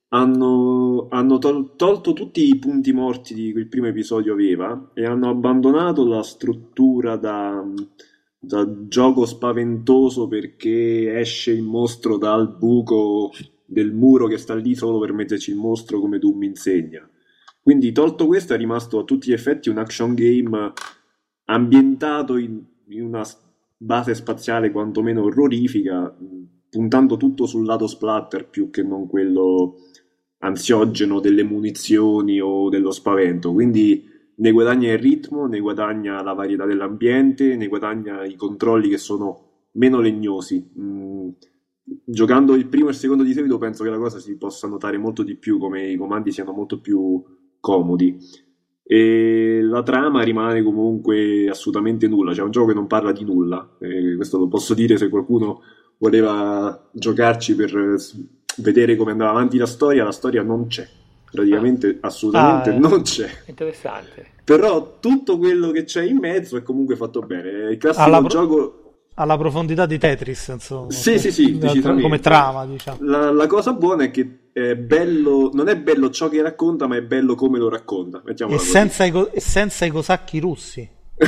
hanno, hanno tol- tolto tutti i punti morti di cui il primo episodio aveva e hanno abbandonato la struttura da, da gioco spaventoso perché esce il mostro dal buco del muro che sta lì solo per metterci il mostro come tu mi insegna. Quindi tolto questo è rimasto a tutti gli effetti un action game ambientato in, in una s- base spaziale quantomeno orrorifica, mh, puntando tutto sul lato splatter più che non quello ansiogeno delle munizioni o dello spavento. Quindi ne guadagna il ritmo, ne guadagna la varietà dell'ambiente, ne guadagna i controlli che sono meno legnosi. Mm, giocando il primo e il secondo di seguito penso che la cosa si possa notare molto di più, come i comandi siano molto più comodi. E la trama rimane comunque assolutamente nulla, cioè è un gioco che non parla di nulla. E questo lo posso dire se qualcuno voleva giocarci per eh, s- vedere come andava avanti la storia. La storia non c'è, praticamente assolutamente Ah, eh. non c'è. Interessante. Però tutto quello che c'è in mezzo è comunque fatto bene. È il classico Alla pro- gioco. alla profondità di Tetris, insomma, Sì, sì, sì, Tra- decisamente. come trama, diciamo. La, la cosa buona è che è bello, non è bello ciò che racconta, ma è bello come lo racconta. E Mettiamola così. senza i, co- e senza i cosacchi russi.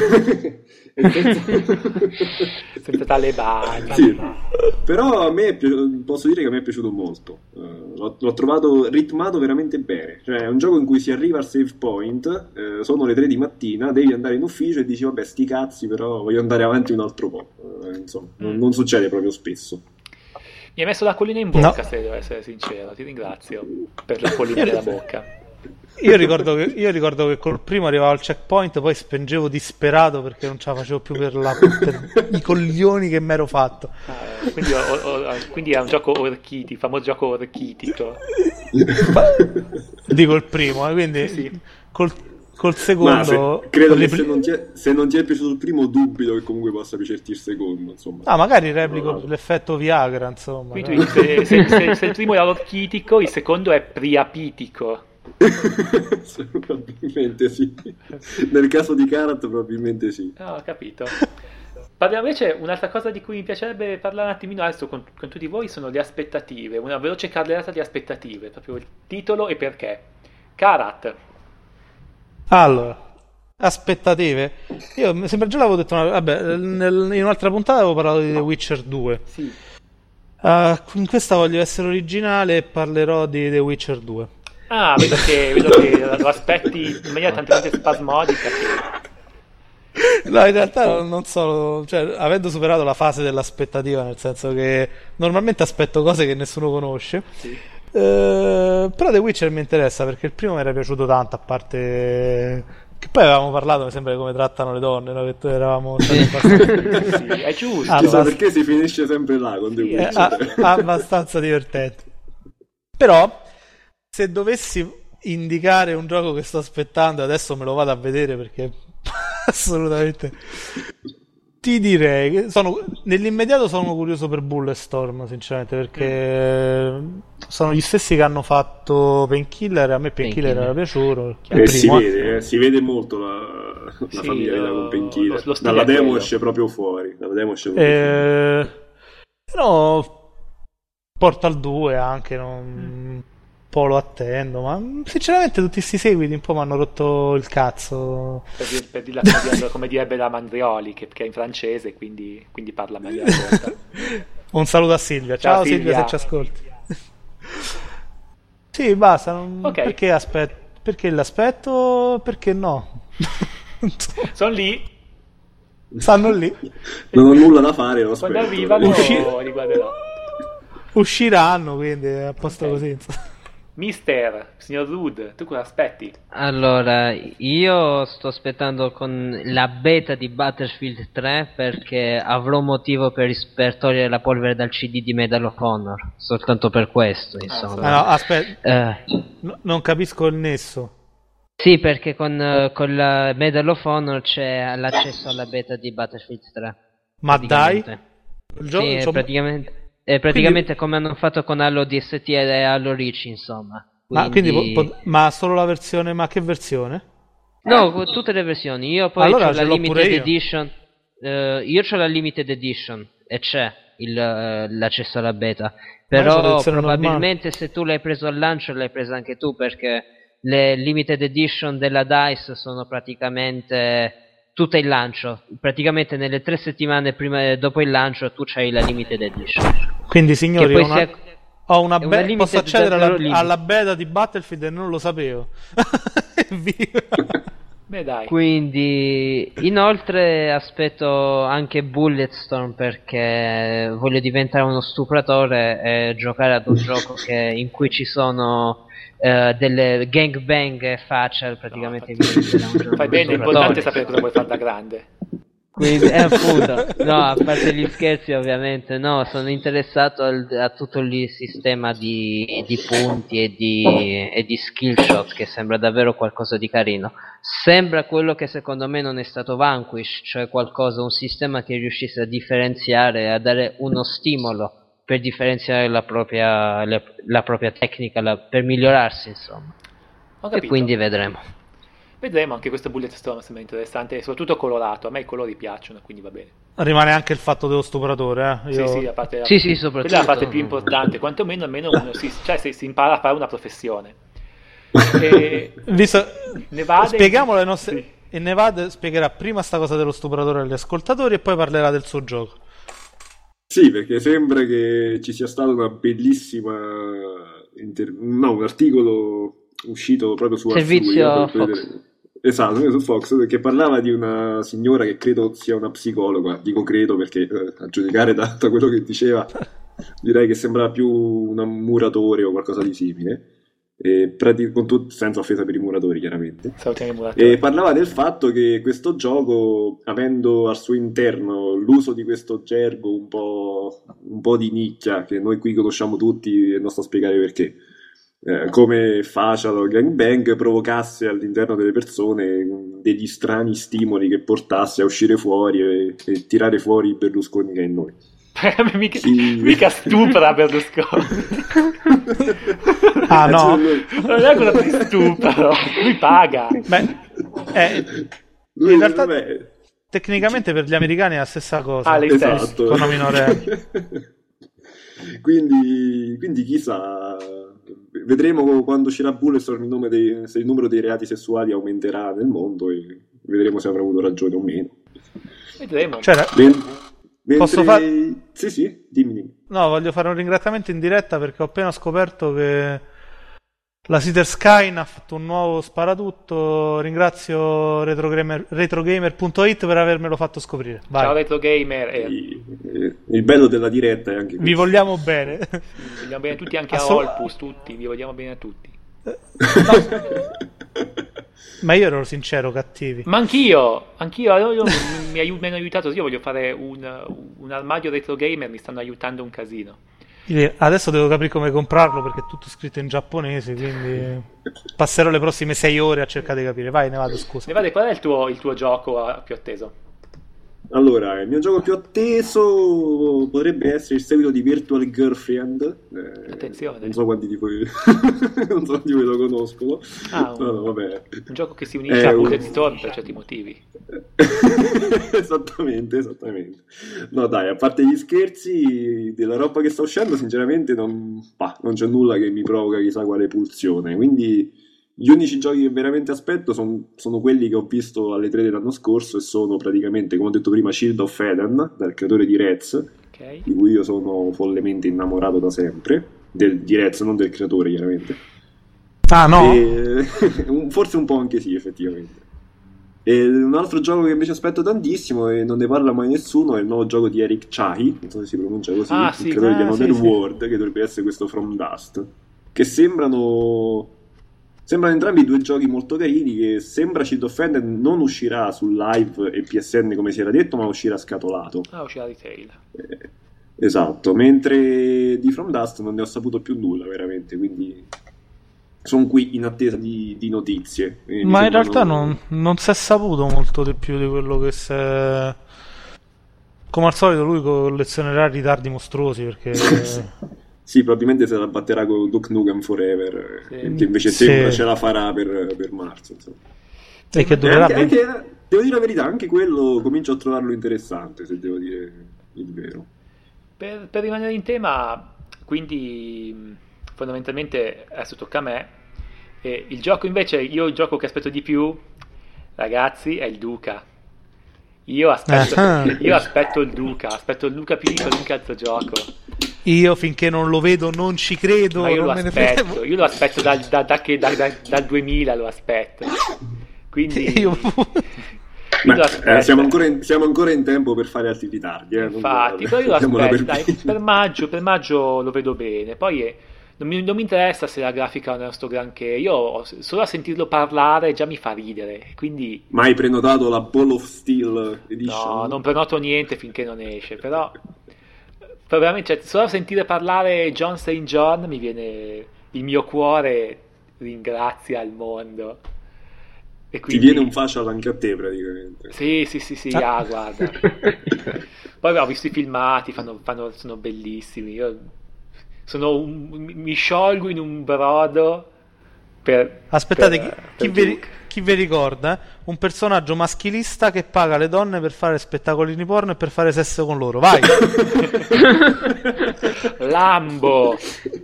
E senza- Senza talebani. Sì. Però a me è pi- posso dire che a me è piaciuto molto. Eh, l'ho, l'ho trovato ritmato veramente bene. Cioè, è un gioco in cui si arriva al save point, eh, sono le tre di mattina, devi andare in ufficio e dici, vabbè, sti cazzi, però voglio andare avanti un altro po'. Eh, insomma, non, non succede proprio spesso. Mi hai messo l'acquolina in bocca, No. se devo essere sincero. Ti ringrazio per l'acquolina nella bocca. Io ricordo, che, io ricordo che col primo arrivavo al checkpoint, poi spengevo disperato perché non ce la facevo più per, la, per i coglioni che mi ero fatto. Ah, quindi, o, o, quindi è un gioco orchitico, il famoso gioco orchitico. Dico il primo, eh, quindi Sì, sì. col, col secondo... se, credo che repli- se non, ti è, se non ti è piaciuto il primo, dubito che comunque possa piacerti il secondo, insomma. Ah, magari replico No. l'effetto Viagra, insomma. Quindi dai. se, se- se- se il primo era orchitico, il secondo è priapitico. Probabilmente sì. Nel caso di Karat, probabilmente sì. Ah, ho capito. Parliamo invece, un'altra cosa di cui mi piacerebbe parlare un attimino adesso con, con tutti voi sono le aspettative, una veloce carrellata di aspettative, proprio il titolo e perché. Karat, Allora, aspettative. Io mi sembra già l'avevo detto, una- vabbè, nel- in un'altra puntata avevo parlato di The Witcher due. sì. Ah, in questa voglio essere originale e parlerò di The Witcher due. Ah, vedo che, vedo che lo aspetti in maniera tante volte spasmodica che... No, in realtà non non so, cioè, avendo superato la fase dell'aspettativa, nel senso che normalmente aspetto cose che nessuno conosce. Sì. Eh, però The Witcher mi interessa perché il primo mi era piaciuto tanto, a parte che poi avevamo parlato, mi sembra, di come trattano le donne, no? Che tu eravamo stati abbastanza, Sì, è giusto. Ah, Chissà basta. perché si finisce sempre là con The Sì, eh, Witcher. a- abbastanza divertente. Però, se dovessi indicare un gioco che sto aspettando, adesso me lo vado a vedere perché assolutamente. Ti direi che sono, nell'immediato sono curioso per Bulletstorm, sinceramente, perché sono gli stessi che hanno fatto Painkiller. A me Painkiller Painkiller. era piaciuto. Il Eh, si primo, eh. vede, eh, si vede molto la, la Sì, familiarità lo- con Painkiller. lo- lo stile Dalla è quello. demo esce proprio fuori. Dalla demo esce proprio fuori. Eh, però Portal due anche, non... un po' lo attendo, ma sinceramente tutti questi seguiti un po' mi hanno rotto il cazzo. Per, dir- per dirla come, direbbe- come direbbe la Mandrioli, che, che è in francese, quindi, quindi parla in maniera corta. Un saluto a Silvia. Ciao, Ciao, Silvia, Silvia. se ci ascolti. Sì, basta. non- Ok. Perché aspetto? Perché l'aspetto? Perché no? Sono lì, Stanno lì. Non ho nulla da fare, lo quando aspetto. arrivano Usci- li guarderò. Usciranno, quindi è a posto Ok. così. insomma. Mister, signor Rude, tu cosa aspetti? Allora, io sto aspettando con la beta di Battlefield tre perché avrò motivo per, ris- per togliere la polvere dal C D di Medal of Honor, soltanto per questo, Ah, insomma. no, aspetta, Eh, no- non capisco il nesso. sì, perché con, eh, con la Medal of Honor c'è l'accesso alla beta di Battlefield tre. Ma dai, praticamente. il gioco- Sì, è insomma- praticamente, è praticamente come hanno fatto con Halo D S T e Halo Reach, insomma. ma, Quindi... quindi po- po- ma solo la versione, ma che versione? No, con tutte le versioni. Io poi Allora ho ce la l'ho limited pure io. edition. eh, io ho la limited edition e c'è il, eh, l'accesso alla beta. Ma io c'ho la Però versione probabilmente se tu l'hai preso al lancio l'hai presa anche tu, perché le limited edition della DICE sono praticamente tutte il lancio. Praticamente nelle tre settimane prima, dopo il lancio tu c'hai la limited edition. Quindi signori, Che poi ho una, sia- ho una è una be- limited posso accedere alla, davvero limit. alla beta di Battlefield e non lo sapevo. Evviva. Beh dai, Quindi, inoltre aspetto anche Bulletstorm perché voglio diventare uno stupratore e giocare ad un gioco che- in cui ci sono eh, delle gangbang e facial, praticamente mi diventerà un gioco fai di bene, è stupratore. importante sapere cosa vuoi fare da grande. Quindi, eh, appunto, no, a parte gli scherzi ovviamente, no, sono interessato al- a tutto il sistema di, di punti e di, e di skill shot, che sembra davvero qualcosa di carino. Sembra quello che secondo me non è stato Vanquish, cioè qualcosa, un sistema che riuscisse a differenziare, a dare uno stimolo per differenziare la propria, la, la propria tecnica, la- per migliorarsi, insomma. Ho E capito. quindi vedremo. Vedremo, anche questo Bulletstorm sembra interessante, e soprattutto colorato, a me i colori piacciono, quindi va bene. Rimane anche il fatto dello stupratore, eh. Io- Sì, sì, a parte la, Sì, sì, quella soprattutto. è la parte più importante, quantomeno almeno uno si, cioè, si, si impara a fare una professione. E Visto... Nevada Spieghiamolo ai nostri... Sì. E Nevada spiegherà prima sta cosa dello stupratore agli ascoltatori e poi parlerà del suo gioco. Sì, perché sembra che ci sia stata una bellissima inter- no, un articolo uscito proprio su Servizio Arsluia, per Fox. vedere- esatto, su Fox, che parlava di una signora che credo sia una psicologa. Dico credo perché eh, a giudicare da, da quello che diceva direi che sembrava più un muratore o qualcosa di simile. e prati- con tut- senza offesa per i muratori chiaramente. Salutiamo i muratori. E parlava del fatto che questo gioco, avendo al suo interno l'uso di questo gergo un po', un po' di nicchia, che noi qui conosciamo tutti e non sto a spiegare perché, eh, come facial o gangbang, provocasse all'interno delle persone degli strani stimoli che portasse a uscire fuori e, e tirare fuori i Berlusconi che è in noi. mica, Sì. mica stupra Berlusconi. Ah no, Non è cosa di stupro, lui paga. beh, eh, Lui, in realtà vabbè, tecnicamente per gli americani è la stessa cosa. Ah, lei stessa. esatto. Con i minorenni. quindi, quindi chissà, vedremo quando uscirà Bulletstorm il nome dei- se il numero dei reati sessuali aumenterà nel mondo e vedremo se avrà avuto ragione o meno. Vedremo. Cioè, Men- mentre... Posso far- Sì, sì, dimmi. dimmi. no, voglio fare un ringraziamento in diretta perché ho appena scoperto che la Sitter Skyne ha fatto un nuovo sparatutto. Ringrazio retrogamer, retrogamer punto it per avermelo fatto scoprire. Vai. Ciao Retro Gamer. E Il, il bello della diretta è anche Vi questo. vogliamo bene. vi vogliamo bene tutti, anche a Assolut- Olpus, tutti, vi vogliamo bene a tutti. Ma io ero sincero, cattivi. Ma anch'io, anch'io, io, io mi, mi, aiut- mi hanno aiutato, io voglio fare un, un armadio Retro Gamer, mi stanno aiutando un casino. Adesso devo capire come comprarlo perché è tutto scritto in giapponese, quindi passerò le prossime sei ore a cercare di capire. Vai, ne vado, scusa. Nevade, qual è il tuo, il tuo gioco eh, più atteso? Allora, il mio gioco più atteso potrebbe essere il seguito di Virtual Girlfriend. Eh, Attenzione. Non so quanti di voi, non so quanti di voi lo conoscono. Ah, un, No, no, vabbè. un gioco che si unisce È a un- Bullet Storm per certi motivi. Esattamente, esattamente. No, dai, a parte gli scherzi, della roba che sta uscendo, sinceramente non, bah, non c'è nulla che mi provoca chissà quale pulsione. Quindi gli unici giochi che veramente aspetto son- sono quelli che ho visto alle tre dell'anno scorso e sono praticamente, come ho detto prima, Shield of Eden, dal creatore di Rez, Ok? di cui io sono follemente innamorato da sempre, del, di Rez, non del creatore chiaramente. Ah, no? E- un- forse un po' anche sì, effettivamente. E un altro gioco che invece aspetto tantissimo e non ne parla mai nessuno è il nuovo gioco di Eric Chahi, non so se si pronuncia così, Ah, il sì, creatore di ah, Another sì, sì. World, che dovrebbe essere questo From Dust, che sembrano sembrano entrambi due giochi molto carini, che sembra Shield of Eden non uscirà su Live e P S N come si era detto, ma uscirà scatolato. Ah, uscirà retail. Eh, esatto, mentre di From Dust non ne ho saputo più nulla veramente, quindi sono qui in attesa di, di notizie. E mi Ma in sembrano- realtà non, non si è saputo molto di più di quello che si è... Come al solito lui collezionerà ritardi mostruosi perché... Sì, probabilmente se la batterà con Duke Nukem Forever, Sì. eh, che invece Sì. sembra ce la farà per, per marzo. Insomma. e che E durerà anche, venti anche- devo dire la verità, anche quello comincio a trovarlo interessante, se devo dire il vero. Per, per rimanere in tema, quindi mh, fondamentalmente adesso tocca a me. E il gioco invece, io il gioco che aspetto di più, ragazzi, è il Duca. Io aspetto, Ah. io aspetto il Duca, aspetto il Duca più di qualunque altro gioco. Io finché non lo vedo non ci credo. Ma io non lo me ne aspetto, frego. io lo aspetto dal, da- da che- da- da- dal duemila, lo aspetto. Quindi Io... io Ma, lo eh, aspetto. siamo, ancora in, siamo ancora in tempo per fare altri ritardi. Eh, non- Infatti, però io lo diamola aspetto, per dai, vinta. per maggio, per maggio lo vedo bene. Poi eh, non mi, non mi interessa se la grafica non è sto granché. Io ho- solo a sentirlo parlare già mi fa ridere. Quindi Ma hai prenotato la Ball of Steel Edition? no, non prenoto niente finché non esce. Però, però veramente, cioè, solo a sentire parlare John Saint John mi viene il mio cuore ringrazia il mondo. E Ti quindi viene un facial anche a te praticamente. sì, sì, sì, sì, ah, guarda. Poi ho visto i filmati, fanno, fanno- sono bellissimi. Io sono un- mi sciolgo in un brodo per... Aspettate, per- chi, per chi vi, Duke. chi vi ricorda? eh? Un personaggio maschilista che paga le donne per fare spettacolini porno e per fare sesso con loro. Vai! Lambo.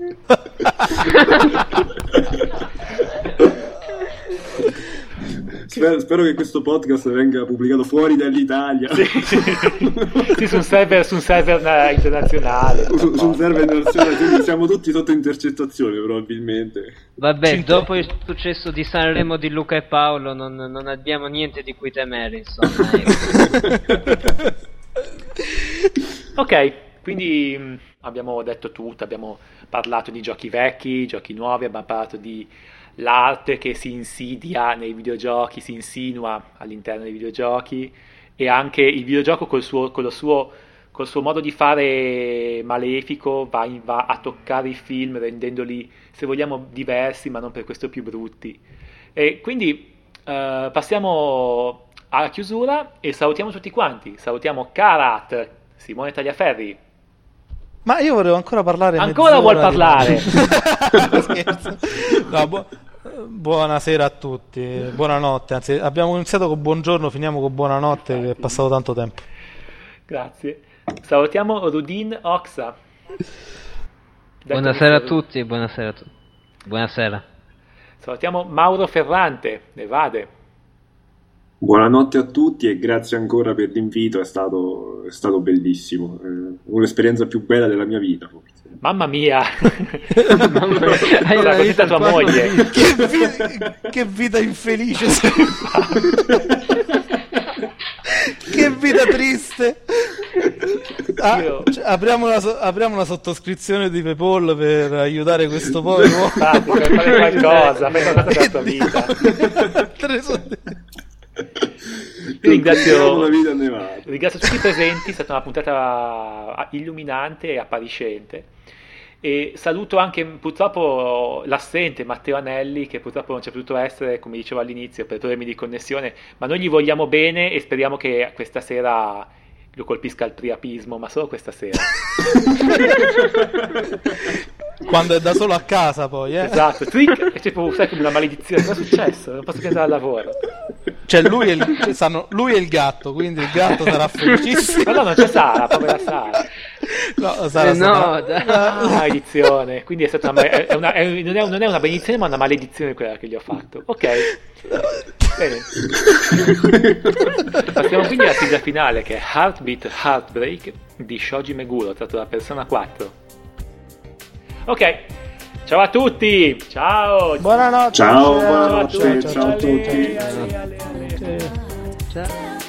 Spero, spero che questo podcast venga pubblicato fuori dall'Italia. Sì, sì, su un server, su un server eh, internazionale. su, su un server internazionale, quindi siamo tutti sotto intercettazione probabilmente. Vabbè, Cinque. dopo il successo di Sanremo di Luca e Paolo non, non abbiamo niente di cui temere, insomma. ecco. Ok, quindi mh, abbiamo detto tutto, abbiamo parlato di giochi vecchi, giochi nuovi, abbiamo parlato di l'arte che si insidia nei videogiochi, si insinua all'interno dei videogiochi e anche il videogioco col suo, con lo suo, col suo modo di fare malefico va, in- va a toccare i film rendendoli, se vogliamo, diversi ma non per questo più brutti. E quindi eh, passiamo alla chiusura e salutiamo tutti quanti. Salutiamo Karat, Simone Tagliaferri. Ma io volevo ancora parlare Ancora vuol mezz'ora di- parlare? Scherzo. No, bu- buonasera a tutti, buonanotte. Anzi, abbiamo iniziato con buongiorno, finiamo con buonanotte, che è passato tanto tempo. Grazie. Salutiamo Rudin Oxa. Detto Buonasera a questo, tutti, buonasera a tutti. Buonasera. salutiamo Mauro Ferrante, Nevade. Buonanotte a tutti e grazie ancora per l'invito, è stato, è stato bellissimo, eh, un'esperienza più bella della mia vita forse. Mamma mia, Mamma mia, hai Cosa, una così vita tua quasi- moglie. Che, vi- che vita infelice sei. Che vita triste. Ah, Io- cioè, apriamo, una, so- apriamo una sottoscrizione di PayPal per aiutare questo povero uomo. Infatti, per fare qualcosa, fai qualcosa della tua vita. Tre soldi. Io ringrazio- Tocchiamo la vita a Nevada. Ringrazio tutti i presenti, è stata una puntata illuminante e appariscente. E saluto anche purtroppo l'assente Matteo Anelli, che purtroppo non c'è potuto essere, come dicevo all'inizio, per problemi di connessione, ma noi gli vogliamo bene e speriamo che questa sera lo colpisca il priapismo, ma solo questa sera. Quando è da solo a casa poi, eh. Esatto, trick, è tipo, sai, come una maledizione, cosa è successo? Non posso più andare al lavoro. Cioè lui è, il, cioè, sanno, lui è il gatto, quindi il gatto sarà felicissimo. Ma no, non c'è Sara, povera Sara. No, Sara, Eh, no, sarà- dai. Ah, maledizione, quindi è stata una, è una- è- non, è, non è una benedizione ma una maledizione quella che gli ho fatto. Ok, bene. Passiamo quindi alla sigla finale, che è Heartbeat Heartbreak di Shoji Meguro, tratto da Persona quattro. Ok, ciao a tutti, ciao. Buonanotte. Ciao, ciao, buonanotte, ciao, ciao a ciao, tutti. ciao, ciao. Ciao.